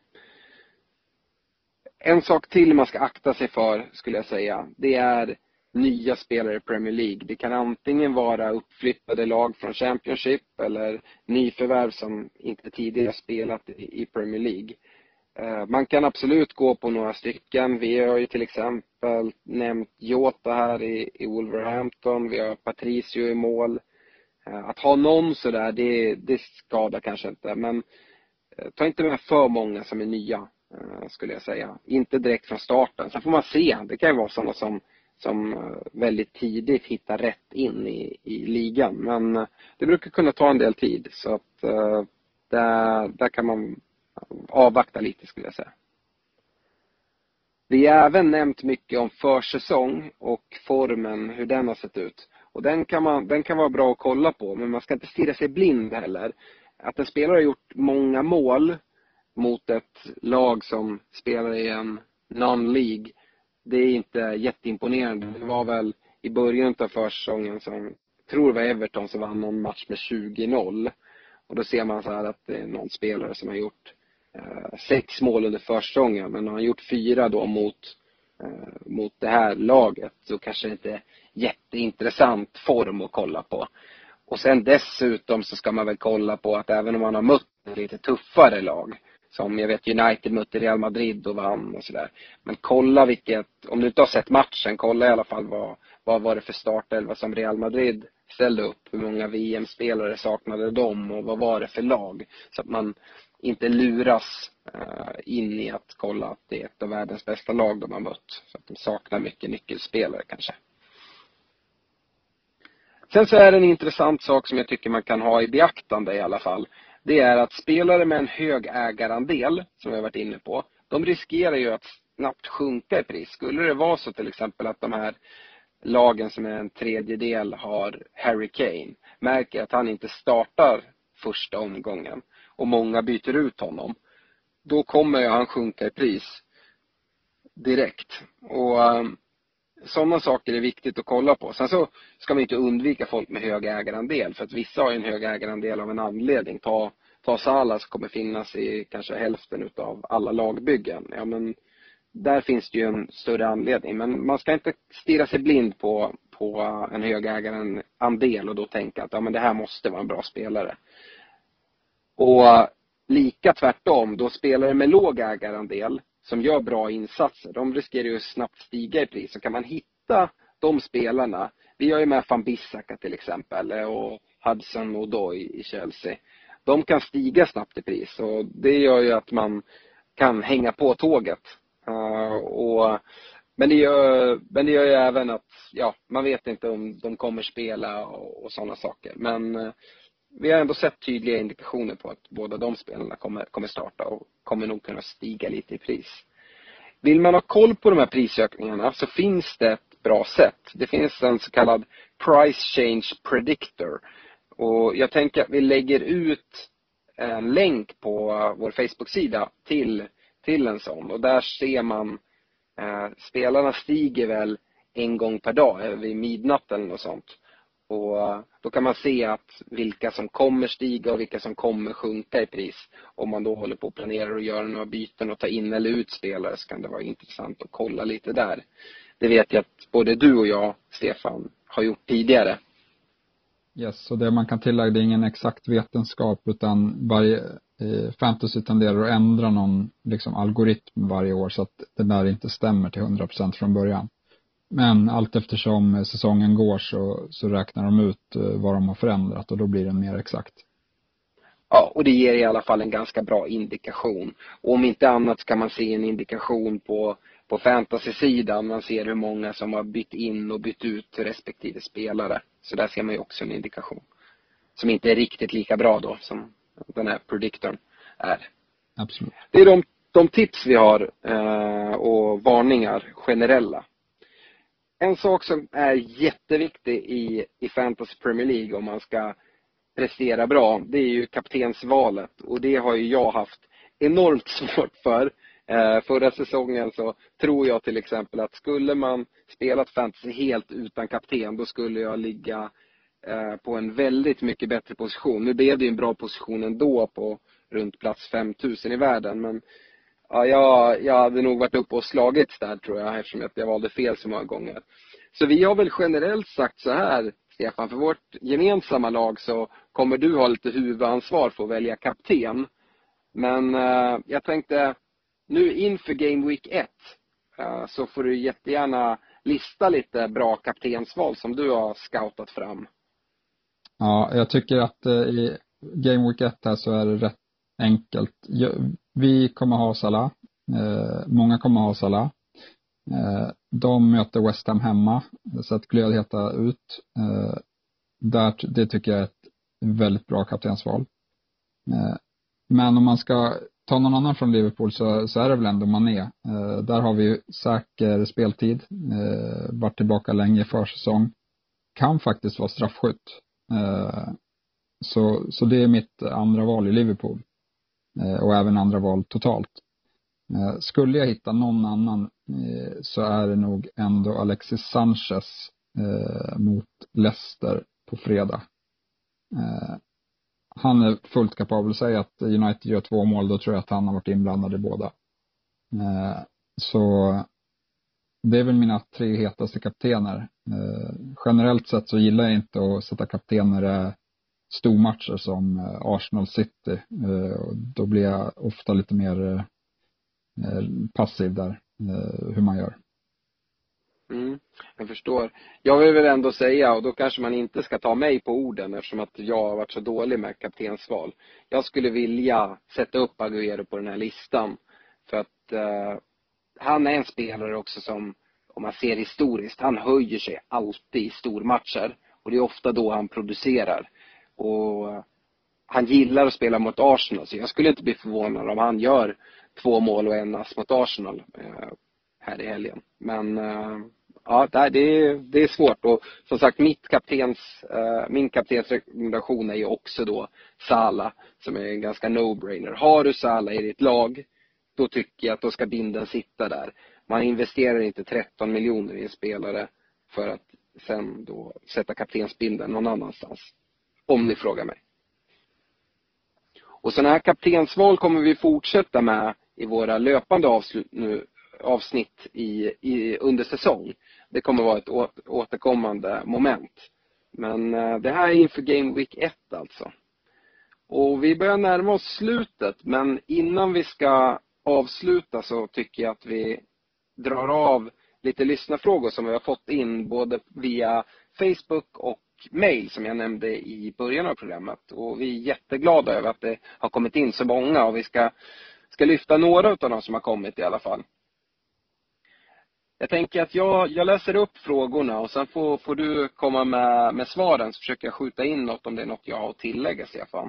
En sak till man ska akta sig för skulle jag säga. Det är nya spelare i Premier League. Det kan antingen vara uppflyttade lag från Championship eller nyförvärv som inte tidigare spelat i Premier League. Man kan absolut gå på några stycken. Vi har ju till exempel nämnt Jota här i, i Wolverhampton. Vi har Patricio i mål. Att ha någon sådär, det, det skadar kanske inte. Men ta inte med för många som är nya, skulle jag säga. Inte direkt från starten. Sen får man se. Det kan ju vara sådana som som väldigt tidigt hittar rätt in i, i ligan. Men det brukar kunna ta en del tid. Så att uh, där, där kan man avvakta lite skulle jag säga. Vi har även nämnt mycket om försäsong och formen, hur den har sett ut. Och den kan, man, den kan vara bra att kolla på, men man ska inte stirra sig blind heller. Att en spelare har gjort många mål mot ett lag som spelar i en non-league, det är inte jätteimponerande. Det var väl i början av försäsongen som, jag tror det var Everton som vann någon match med tjugo noll. Och då ser man så här att det är någon spelare som har gjort eh, sex mål under försäsongen. Men har han gjort fyra då mot, eh, mot det här laget, så kanske det inte är jätteintressant form att kolla på. Och sen dessutom så ska man väl kolla på att även om man har mött lite tuffare lag, som jag vet United mötte Real Madrid och vann och sådär. Men kolla vilket, om du inte har sett matchen, kolla i alla fall vad, vad var det för startelva som Real Madrid ställde upp. Hur många V M-spelare saknade de och vad var det för lag. Så att man inte luras uh, in i att kolla att det är ett av världens bästa lag de har mött. Så att de saknar mycket nyckelspelare kanske. Sen så är det en intressant sak som jag tycker man kan ha i beaktande i alla fall. Det är att spelare med en hög ägarandel, som jag har varit inne på, de riskerar ju att snabbt sjunka i pris. Skulle det vara så till exempel att de här lagen som är en tredjedel har Harry Kane, märker att han inte startar första omgången och många byter ut honom, då kommer ju han sjunka i pris. direkt. Och um, sådana saker är viktigt att kolla på. Sen så ska man inte undvika folk med hög ägarandel. För att vissa har en hög ägarandel av en anledning. Ta, ta Salah som kommer finnas i kanske hälften av alla lagbyggen. Ja, men där finns det ju en större anledning. Men man ska inte stirra sig blind på, på en hög ägarandel och då tänka att ja, men det här måste vara en bra spelare. Och lika tvärtom, då spelare med låg ägarandel som gör bra insatser, de riskerar ju snabbt stiga i pris. Så kan man hitta de spelarna, vi har ju med Van Bissaka till exempel och Hudson och Odoi i Chelsea. De kan stiga snabbt i pris och det gör ju att man kan hänga på tåget. Uh, och, men, det gör, men det gör ju även att ja, man vet inte om de kommer spela och, och sådana saker. Men uh, vi har ändå sett tydliga indikationer på att båda de spelarna kommer, kommer starta och kommer nog kunna stiga lite i pris. Vill man ha koll på de här prisökningarna så finns det ett bra sätt. Det finns en så kallad Price Change Predictor. Och jag tänker att vi lägger ut en länk på vår Facebook-sida till, till en sån. Och där ser man eh, spelarna stiger väl en gång per dag vid midnatt eller något sånt. Och då kan man se att vilka som kommer stiga och vilka som kommer sjunka i pris. Om man då håller på att planera och göra några byten och ta in eller ut spelare så kan det vara intressant att kolla lite där. Det vet jag att både du och jag, Stefan, har gjort tidigare. Yes, så det man kan tillägga, det är ingen exakt vetenskap utan varje eh, fantasy tenderar att ändra någon liksom, algoritm varje år så att det där inte stämmer till hundra procent från början. Men allt eftersom säsongen går så, så räknar de ut vad de har förändrat och då blir den mer exakt. Ja, och det ger i alla fall en ganska bra indikation. Och om inte annat ska man se en indikation på, på fantasy-sidan. Man ser hur många som har bytt in och bytt ut respektive spelare. Så där ser man ju också en indikation. Som inte är riktigt lika bra då som den här prediktorn är. Absolut. Det är de, de tips vi har eh, och varningar generella. En sak som är jätteviktig i, i Fantasy Premier League om man ska prestera bra, det är ju kaptensvalet. Och det har ju jag haft enormt svårt för. Eh, förra säsongen så tror jag till exempel att skulle man spelat fantasy helt utan kapten, då skulle jag ligga eh, på en väldigt mycket bättre position. Nu blev det ju en bra position ändå på runt plats fem tusen i världen, men ja, jag, jag hade nog varit uppe och slagits där tror jag, eftersom jag valde fel så många gånger. Så vi har väl generellt sagt så här, Stefan, för vårt gemensamma lag så kommer du ha lite huvudansvar för att välja kapten. Men eh, jag tänkte, nu inför Game Week ett eh, så får du jättegärna lista lite bra kaptensval som du har scoutat fram. Ja, jag tycker att eh, i Game Week ett här så är det rätt enkelt. Vi kommer ha Salah. Eh, många kommer ha Salah. Eh, de möter West Ham hemma. Så att glödheta ut. Eh, där, det tycker jag är ett väldigt bra kaptensval. Eh, men om man ska ta någon annan från Liverpool så, så är det väl ändå Mané. Eh, där har vi ju säker speltid. Eh, varit tillbaka länge för säsong. Kan faktiskt vara straffskytt. Eh, så, så det är mitt andra val i Liverpool. Och även andra val totalt. Skulle jag hitta någon annan så är det nog ändå Alexis Sanchez mot Leicester på fredag. Han är fullt kapabel att säga att United gör två mål, då tror jag att han har varit inblandad i båda. Så det är väl mina tre hetaste kaptener. Generellt sett så gillar jag inte att sätta kaptener stormatcher som Arsenal City. Då blir jag ofta lite mer passiv där, hur man gör. Mm, jag förstår. Jag vill väl ändå säga, och då kanske man inte ska ta mig på orden eftersom att jag har varit så dålig med kaptensval. Jag skulle vilja sätta upp Agüero på den här listan. För att eh, han är en spelare också som, om man ser historiskt, han höjer sig alltid i stormatcher. Och det är ofta då han producerar. Och han gillar att spela mot Arsenal, så jag skulle inte bli förvånad om han gör två mål och en ass mot Arsenal eh, här i helgen. Men eh, ja, det är, det är svårt. Och som sagt, mitt kaptens, eh, min kaptens rekommendation är ju också då Salah, som är en ganska no-brainer. Har du Salah i ditt lag, då tycker jag att då ska binden sitta där. Man investerar inte tretton miljoner i en spelare för att sen då sätta kaptensbilden någon annanstans. Om ni frågar mig. Och sådana här kaptensval kommer vi fortsätta med i våra löpande avslut, nu, avsnitt i, i, under säsong. Det kommer vara ett å, återkommande moment. Men eh, det här är inför Game Week ett alltså. Och vi börjar närma oss slutet. Men innan vi ska avsluta så tycker jag att vi drar av lite lyssnarfrågor som vi har fått in både via Facebook och mail som jag nämnde i början av programmet. Och vi är jätteglada över att det har kommit in så många och vi ska, ska lyfta några av dem som har kommit i alla fall. Jag tänker att jag, jag läser upp frågorna och sen får, får du komma med, med svaren så försöker jag skjuta in något om det är något jag har att tillägga, Stefan.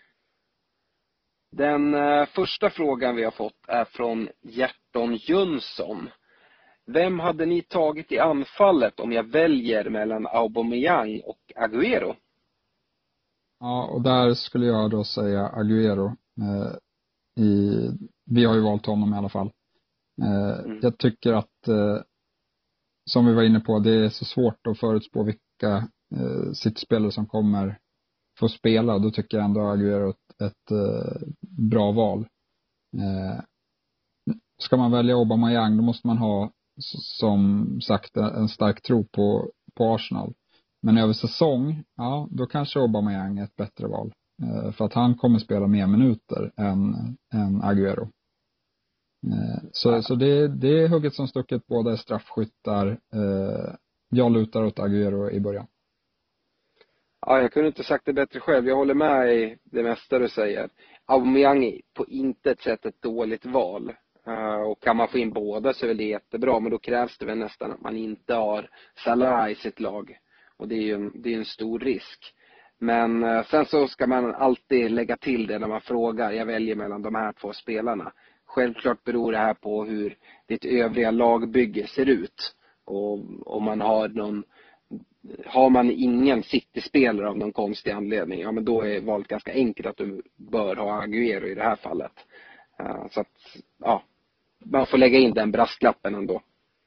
Den eh, första frågan vi har fått är från Gerton Jönsson. Vem hade ni tagit i anfallet om jag väljer mellan Aubameyang och Agüero? Ja, och där skulle jag då säga Agüero. Eh, i, vi har ju valt honom i alla fall. Eh, mm. Jag tycker att, eh, som vi var inne på, det är så svårt att förutspå vilka eh, sittspelare som kommer få spela. Och då tycker jag ändå Agüero ett, ett eh, bra val. Eh, ska man välja Aubameyang, då måste man ha som sagt en stark tro på, på Arsenal. Men över säsong, ja, då kanske Aubameyang är ett bättre val. Eh, för att han kommer spela mer minuter än, än Agüero. Eh, så så det, det är hugget som stucket, båda är straffskyttar. Eh, jag lutar åt Agüero i början. Ja, jag kunde inte sagt det bättre själv. Jag håller med i det mesta du säger. Aubameyang är på intet sätt ett dåligt val. Uh, och kan man få in båda så är det jättebra. Men då krävs det väl nästan att man inte har Salah i sitt lag. Och det är ju en, det är en stor risk. Men uh, sen så ska man alltid lägga till det när man frågar. Jag väljer mellan de här två spelarna. Självklart beror det här på hur ditt övriga lagbygge ser ut. Och om man har någon... Har man ingen City-spelare av någon konstig anledning, ja men då är valet ganska enkelt att du bör ha Agüero i det här fallet. Uh, så att, ja, man får lägga in den brasklappen ändå.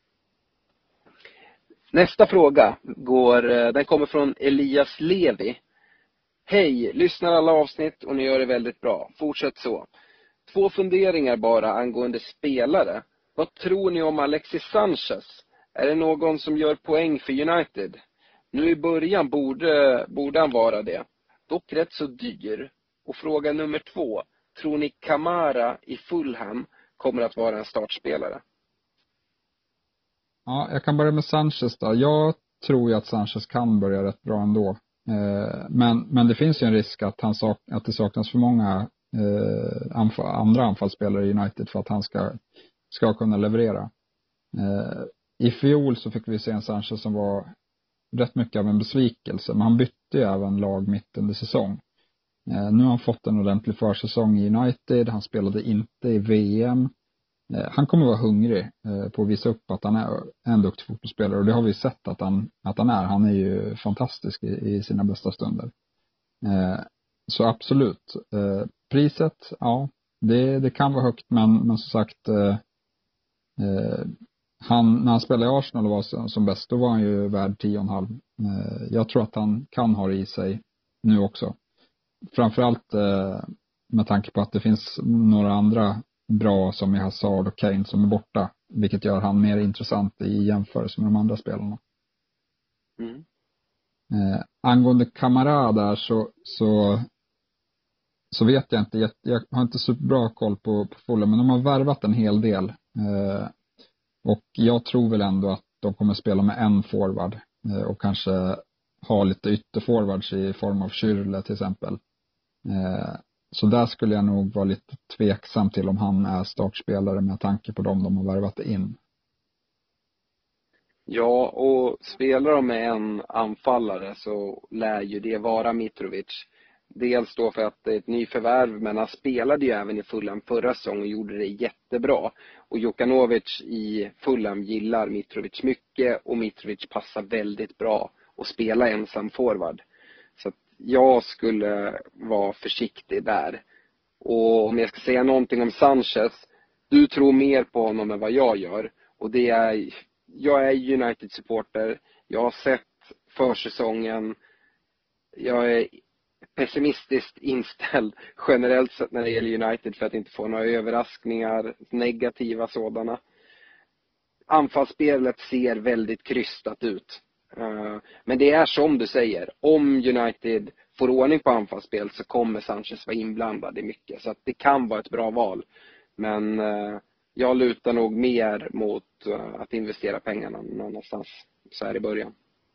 Nästa fråga går, den kommer från Elias Levi. Hej, lyssnar alla avsnitt och ni gör det väldigt bra. Fortsätt så. Två funderingar bara angående spelare. Vad tror ni om Alexis Sanchez? Är det någon som gör poäng för United? Nu i början borde, borde han vara det. Dock rätt så dyr. Och fråga nummer två. Tror ni Kamara i Fulham kommer att vara en startspelare? Ja, jag kan börja med Sanchez då. Jag tror ju att Sanchez kan börja rätt bra ändå. Eh, men, men det finns ju en risk att, han sak, att det saknas för många eh, anfall, andra anfallsspelare i United för att han ska, ska kunna leverera. Eh, I fjol så fick vi se en Sanchez som var rätt mycket av en besvikelse. Men han bytte ju även lag mitt under säsong. Eh, nu har han fått en ordentlig försäsong i United. Han spelade inte i V M. Eh, han kommer vara hungrig eh, på att visa upp att han är en duktig fotbollsspelare. Och det har vi sett att han, att han är. Han är ju fantastisk i, i sina bästa stunder. Eh, så absolut. Eh, priset, ja, det, det kan vara högt. Men, men som sagt, eh, eh, han, när han spelade i Arsenal och var som, som bäst, då var han ju värd tio och en halv. Eh, jag tror att han kan ha det i sig nu också. Framförallt eh, med tanke på att det finns några andra bra som är Hazard och Kane som är borta. Vilket gör han mer intressant i jämförelse med de andra spelarna. Mm. Eh, angående Kamara där så, så, så vet jag inte. Jag, jag har inte så bra koll på, på Fulham, men de har värvat en hel del. Eh, och jag tror väl ändå att de kommer spela med en forward. Eh, och kanske ha lite ytterforwards i form av Schürrle till exempel. Eh, så där skulle jag nog vara lite tveksam till om han är startspelare med tanke på dem de har värvat in. Ja, och spelar de med en anfallare så lär ju det vara Mitrovic. Dels då för att det är ett nyförvärv, men han spelade ju även i Fulham förra säsongen och gjorde det jättebra. Och Jokanovic i Fulham gillar Mitrovic mycket och Mitrovic passar väldigt bra att spela ensam forward. Så att jag skulle vara försiktig där. Och om jag ska säga någonting om Sanchez, du tror mer på honom än vad jag gör. Och det är, jag är United-supporter. Jag har sett försäsongen. Jag är pessimistiskt inställd generellt sett när det gäller United för att inte få några överraskningar, negativa sådana. Anfallsspelet ser väldigt krystat ut. Men det är som du säger, om United får ordning på anfallsspel så kommer Sanchez vara inblandad i mycket. Så att det kan vara ett bra val. Men jag lutar nog mer mot att investera pengarna någonstans så här i början.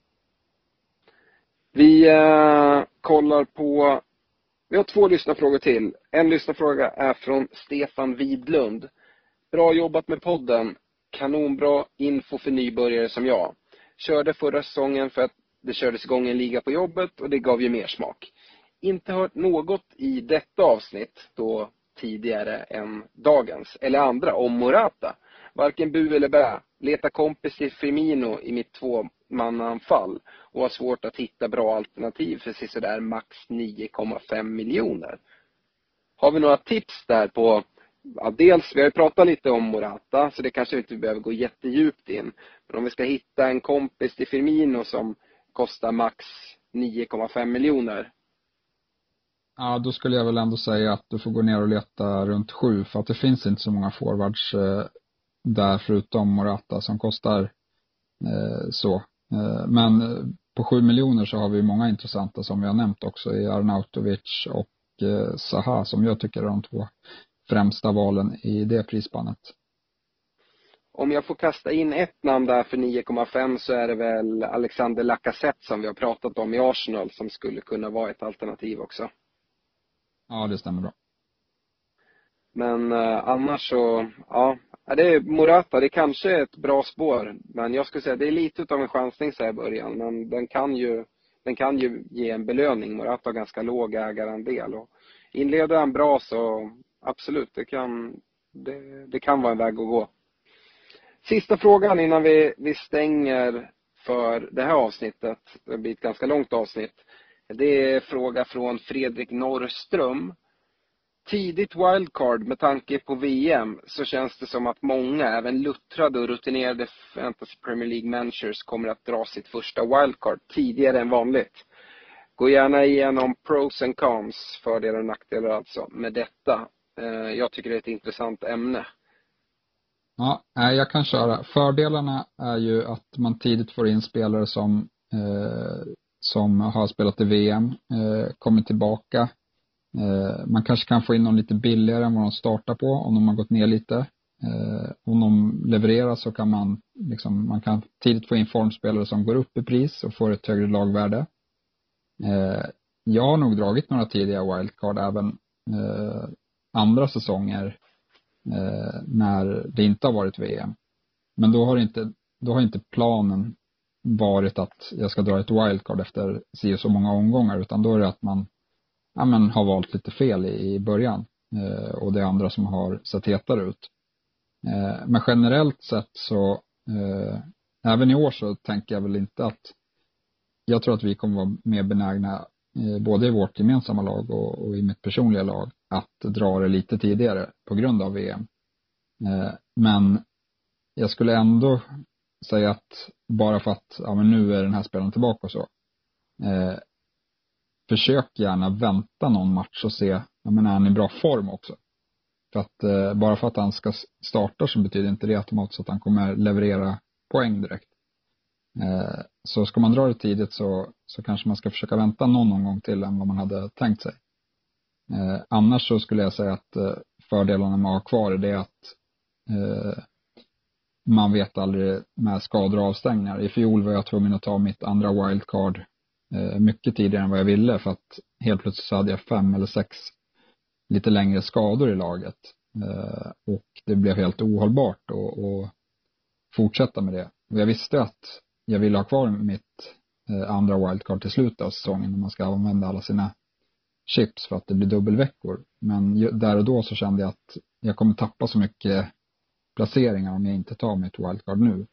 Vi uh, kollar på, vi har två lyssnarfrågor till. En lyssnarfråga är från Stefan Widlund. Bra jobbat med podden. Kanonbra info för nybörjare som jag. Körde förra säsongen för att det kördes igång en liga på jobbet och det gav ju mer smak. Inte hört något i detta avsnitt då tidigare än dagens eller andra om Morata. Varken bu eller bä. Leta kompis till Firmino i mitt tvåmannaanfall och har svårt att hitta bra alternativ för sådär max nio komma fem miljoner. Har vi några tips där på, ja, dels vi har ju pratat lite om Morata så det kanske inte vi behöver gå jättedjupt in. Men om vi ska hitta en kompis till Firmino som kostar max nio komma fem miljoner. Ja, då skulle jag väl ändå säga att du får gå ner och leta runt sju för att det finns inte så många forwards eh, där förutom Morata som kostar eh, så. Eh, men på sju miljoner så har vi många intressanta som vi har nämnt också i Arnautovic och eh, Zaha som jag tycker är de två främsta valen i det prisspannet. Om jag får kasta in ett namn där för nio komma fem så är det väl Alexander Lacazette som vi har pratat om i Arsenal som skulle kunna vara ett alternativ också. Ja, det stämmer bra. Men eh, annars så, ja, det är Morata, det är kanske ett bra spår. Men jag skulle säga det är lite av en chansning så här i början. Men den kan ju, den kan ju ge en belöning. Morata har ganska låg ägarandel. Och inleder han bra så absolut, det kan, det, det kan vara en väg att gå. Sista frågan innan vi, vi stänger för det här avsnittet. Det blir ett ganska långt avsnitt. Det är fråga från Fredrik Norrström. Tidigt wildcard med tanke på V M så känns det som att många, även luttrade och rutinerade Fantasy Premier League managers kommer att dra sitt första wildcard tidigare än vanligt. Gå gärna igenom pros and cons, fördelar och nackdelar alltså, med detta. Jag tycker det är ett intressant ämne. Ja, jag kan köra. Fördelarna är ju att man tidigt får in spelare som, eh, som har spelat i V M, eh, kommer tillbaka. Eh, man kanske kan få in någon lite billigare än vad de startar på om de har gått ner lite. Eh, om de levererar så kan man, liksom, man kan tidigt få in formspelare som går upp i pris och får ett högre lagvärde. Eh, jag har nog dragit några tidiga wildcard även eh, andra säsonger. Eh, när det inte har varit V M. Men då har inte, då har inte planen varit att jag ska dra ett wildcard efter så, så många omgångar, utan då är det att man, ja, men har valt lite fel i, i början eh, och det är andra som har sett hetare ut. Eh, men generellt sett så eh, även i år så tänker jag väl inte att jag tror att vi kommer vara mer benägna eh, både i vårt gemensamma lag och, och i mitt personliga lag att dra det lite tidigare på grund av V M. Eh, men jag skulle ändå säga att bara för att ja, men nu är den här spelaren tillbaka och så. Eh, försök gärna vänta någon match och se, ja, men är han i bra form också. För att eh, bara för att han ska starta så betyder inte det automatiskt att han kommer leverera poäng direkt. Eh, så ska man dra det tidigt så, så kanske man ska försöka vänta någon omgång till än vad man hade tänkt sig. Eh, annars så skulle jag säga att eh, fördelarna med att ha kvar det är att eh, man vet aldrig med skador och avstängningar. I fjol var jag tvungen att ta mitt andra wildcard eh, mycket tidigare än vad jag ville för att helt plötsligt så hade jag fem eller sex lite längre skador i laget. Eh, och det blev helt ohållbart att fortsätta med det. Och jag visste att jag ville ha kvar mitt eh, andra wildcard till slutet av säsongen när man ska använda alla sina chips för att det blir dubbelveckor. Men där och då så kände jag att jag kommer tappa så mycket placeringar om jag inte tar mitt wildcard nu.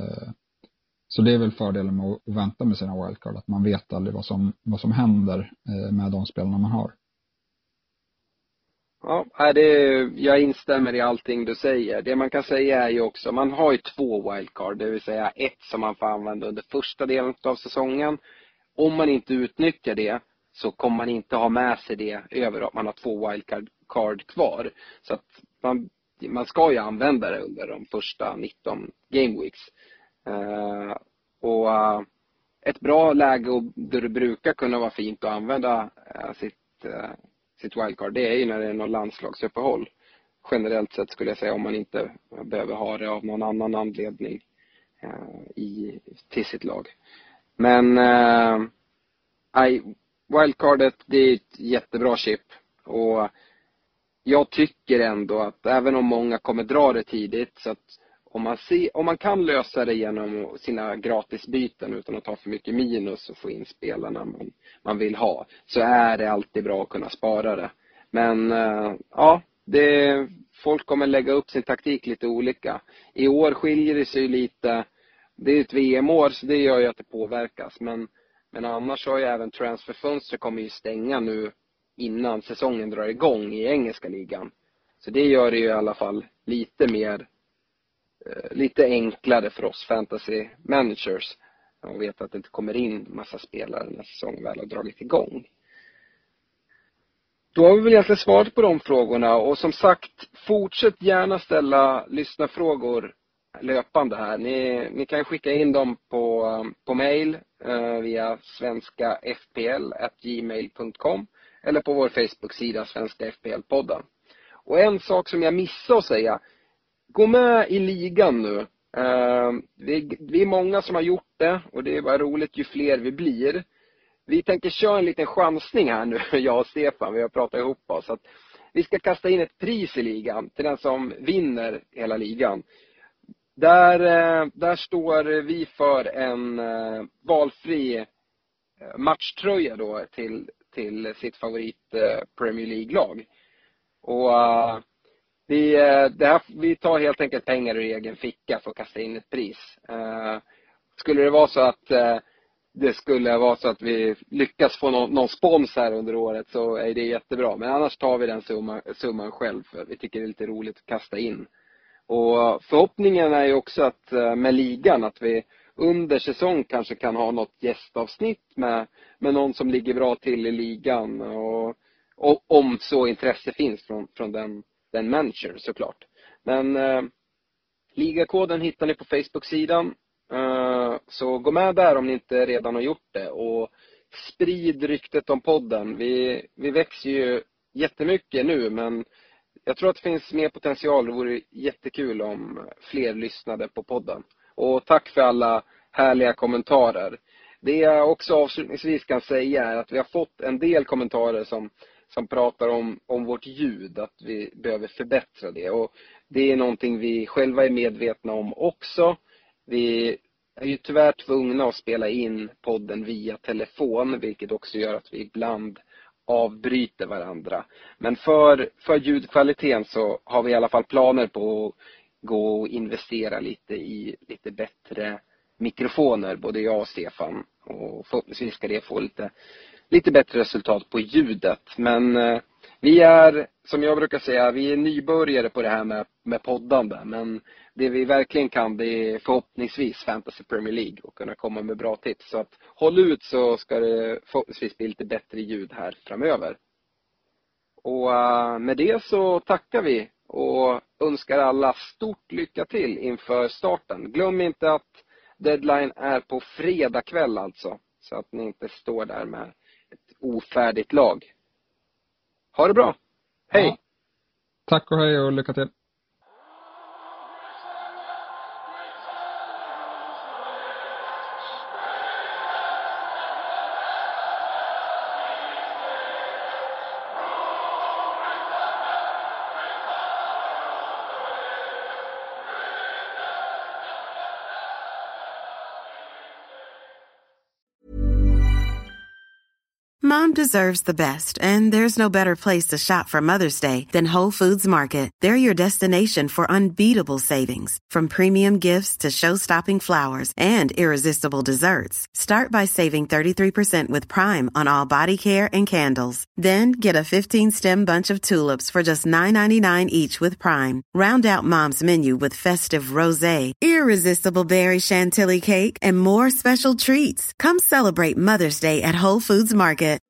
Så det är väl fördelen med att vänta med sina wildcard, att man vet aldrig vad som, vad som händer med de spelarna man har. Ja, nej, det, jag instämmer i allting du säger. Det man kan säga är ju också, man har ju två wildcard, det vill säga ett som man får använda under första delen av säsongen. Om man inte utnyttjar det så kommer man inte ha med sig det över att man har två wildcard kvar. Så att man, man ska ju använda det under de första nitton gameweeks. Uh, och uh, ett bra läge och där det brukar kunna vara fint att använda uh, sitt, uh, sitt wildcard, det är ju när det är någon landslagsuppehåll. Generellt sett skulle jag säga, om man inte behöver ha det av någon annan anledning uh, i, till sitt lag. Men uh, I, wildcardet, det är ett jättebra chip. Och jag tycker ändå att även om många kommer dra det tidigt, så att om man, ser, om man kan lösa det genom sina gratisbyten utan att ta för mycket minus och få in spelarna man, man vill ha, så är det alltid bra att kunna spara det. Men uh, ja, det, folk kommer lägga upp sin taktik lite olika. I år skiljer det sig lite. Det är ett V M-år, så det gör ju att det påverkas. Men, men annars har ju även transferfönster kommer ju stänga nu innan säsongen drar igång i engelska ligan. Så det gör det ju i alla fall lite mer, eh, lite enklare för oss fantasy managers. Och vet att det inte kommer in massa spelare när säsongen väl har dragit igång. Då har vi väl egentligen svarat på de frågorna. Och som sagt, fortsätt gärna ställa lyssnarfrågor löpande här. Ni, ni kan skicka in dem på, på mail eh, via svenskafpl at gmail punkt com eller på vår Facebook-sida Svenska F P L-podden. Och en sak som jag missade att säga, gå med i ligan nu. Eh, vi, vi är många som har gjort det och det är bara roligt ju fler vi blir. Vi tänker köra en liten chansning här nu, jag och Stefan, vi har pratat ihop oss. Så att vi ska kasta in ett pris i ligan till den som vinner hela ligan. Där, där står vi för en valfri matchtröja då till, till sitt favorit Premier League-lag. Och vi, det här, vi tar helt enkelt pengar ur egen ficka för att kasta in ett pris. Skulle det vara så att det skulle vara så att vi lyckas få någon, någon spons här under året, så är det jättebra. Men annars tar vi den summan, summan själv, för vi tycker det är lite roligt att kasta in. Och förhoppningen är ju också att med ligan att vi under säsong kanske kan ha något gästavsnitt med, med någon som ligger bra till i ligan. Och, och om så intresse finns från, från den, den manager såklart. Men eh, ligakoden hittar ni på Facebook-sidan. Uh, så gå med där om ni inte redan har gjort det. Och sprid ryktet om podden. Vi, vi växer ju jättemycket nu, men jag tror att det finns mer potential. Det vore jättekul om fler lyssnade på podden. Och tack för alla härliga kommentarer. Det jag också avslutningsvis kan säga är att vi har fått en del kommentarer som, som pratar om, om vårt ljud. Att vi behöver förbättra det. Och det är någonting vi själva är medvetna om också. Vi är ju tyvärr tvungna att spela in podden via telefon, vilket också gör att vi ibland avbryter varandra. Men för, för ljudkvaliteten så har vi i alla fall planer på att gå och investera lite i lite bättre mikrofoner, både jag och Stefan. Och förhoppningsvis ska det få lite, lite bättre resultat på ljudet. Men eh, vi är, som jag brukar säga, vi är nybörjare på det här med, med poddande. Men det vi verkligen kan, det är förhoppningsvis Fantasy Premier League och kunna komma med bra tips. Så att håll ut, så ska det förhoppningsvis bli lite bättre ljud här framöver. Och uh, med det så tackar vi och önskar alla stort lycka till inför starten. Glöm inte att deadline är på fredag kväll alltså. Så att ni inte står där med ett ofärdigt lag. Ha det bra. Hej. Ja. Tack och hej och lycka till. Mom deserves the best, and there's no better place to shop for Mother's Day than Whole Foods Market. They're your destination for unbeatable savings, from premium gifts to show-stopping flowers and irresistible desserts. Start by saving thirty-three percent with Prime on all body care and candles. Then get a fifteen-stem bunch of tulips for just nine ninety-nine each with Prime. Round out Mom's menu with festive rosé, irresistible berry chantilly cake, and more special treats. Come celebrate Mother's Day at Whole Foods Market.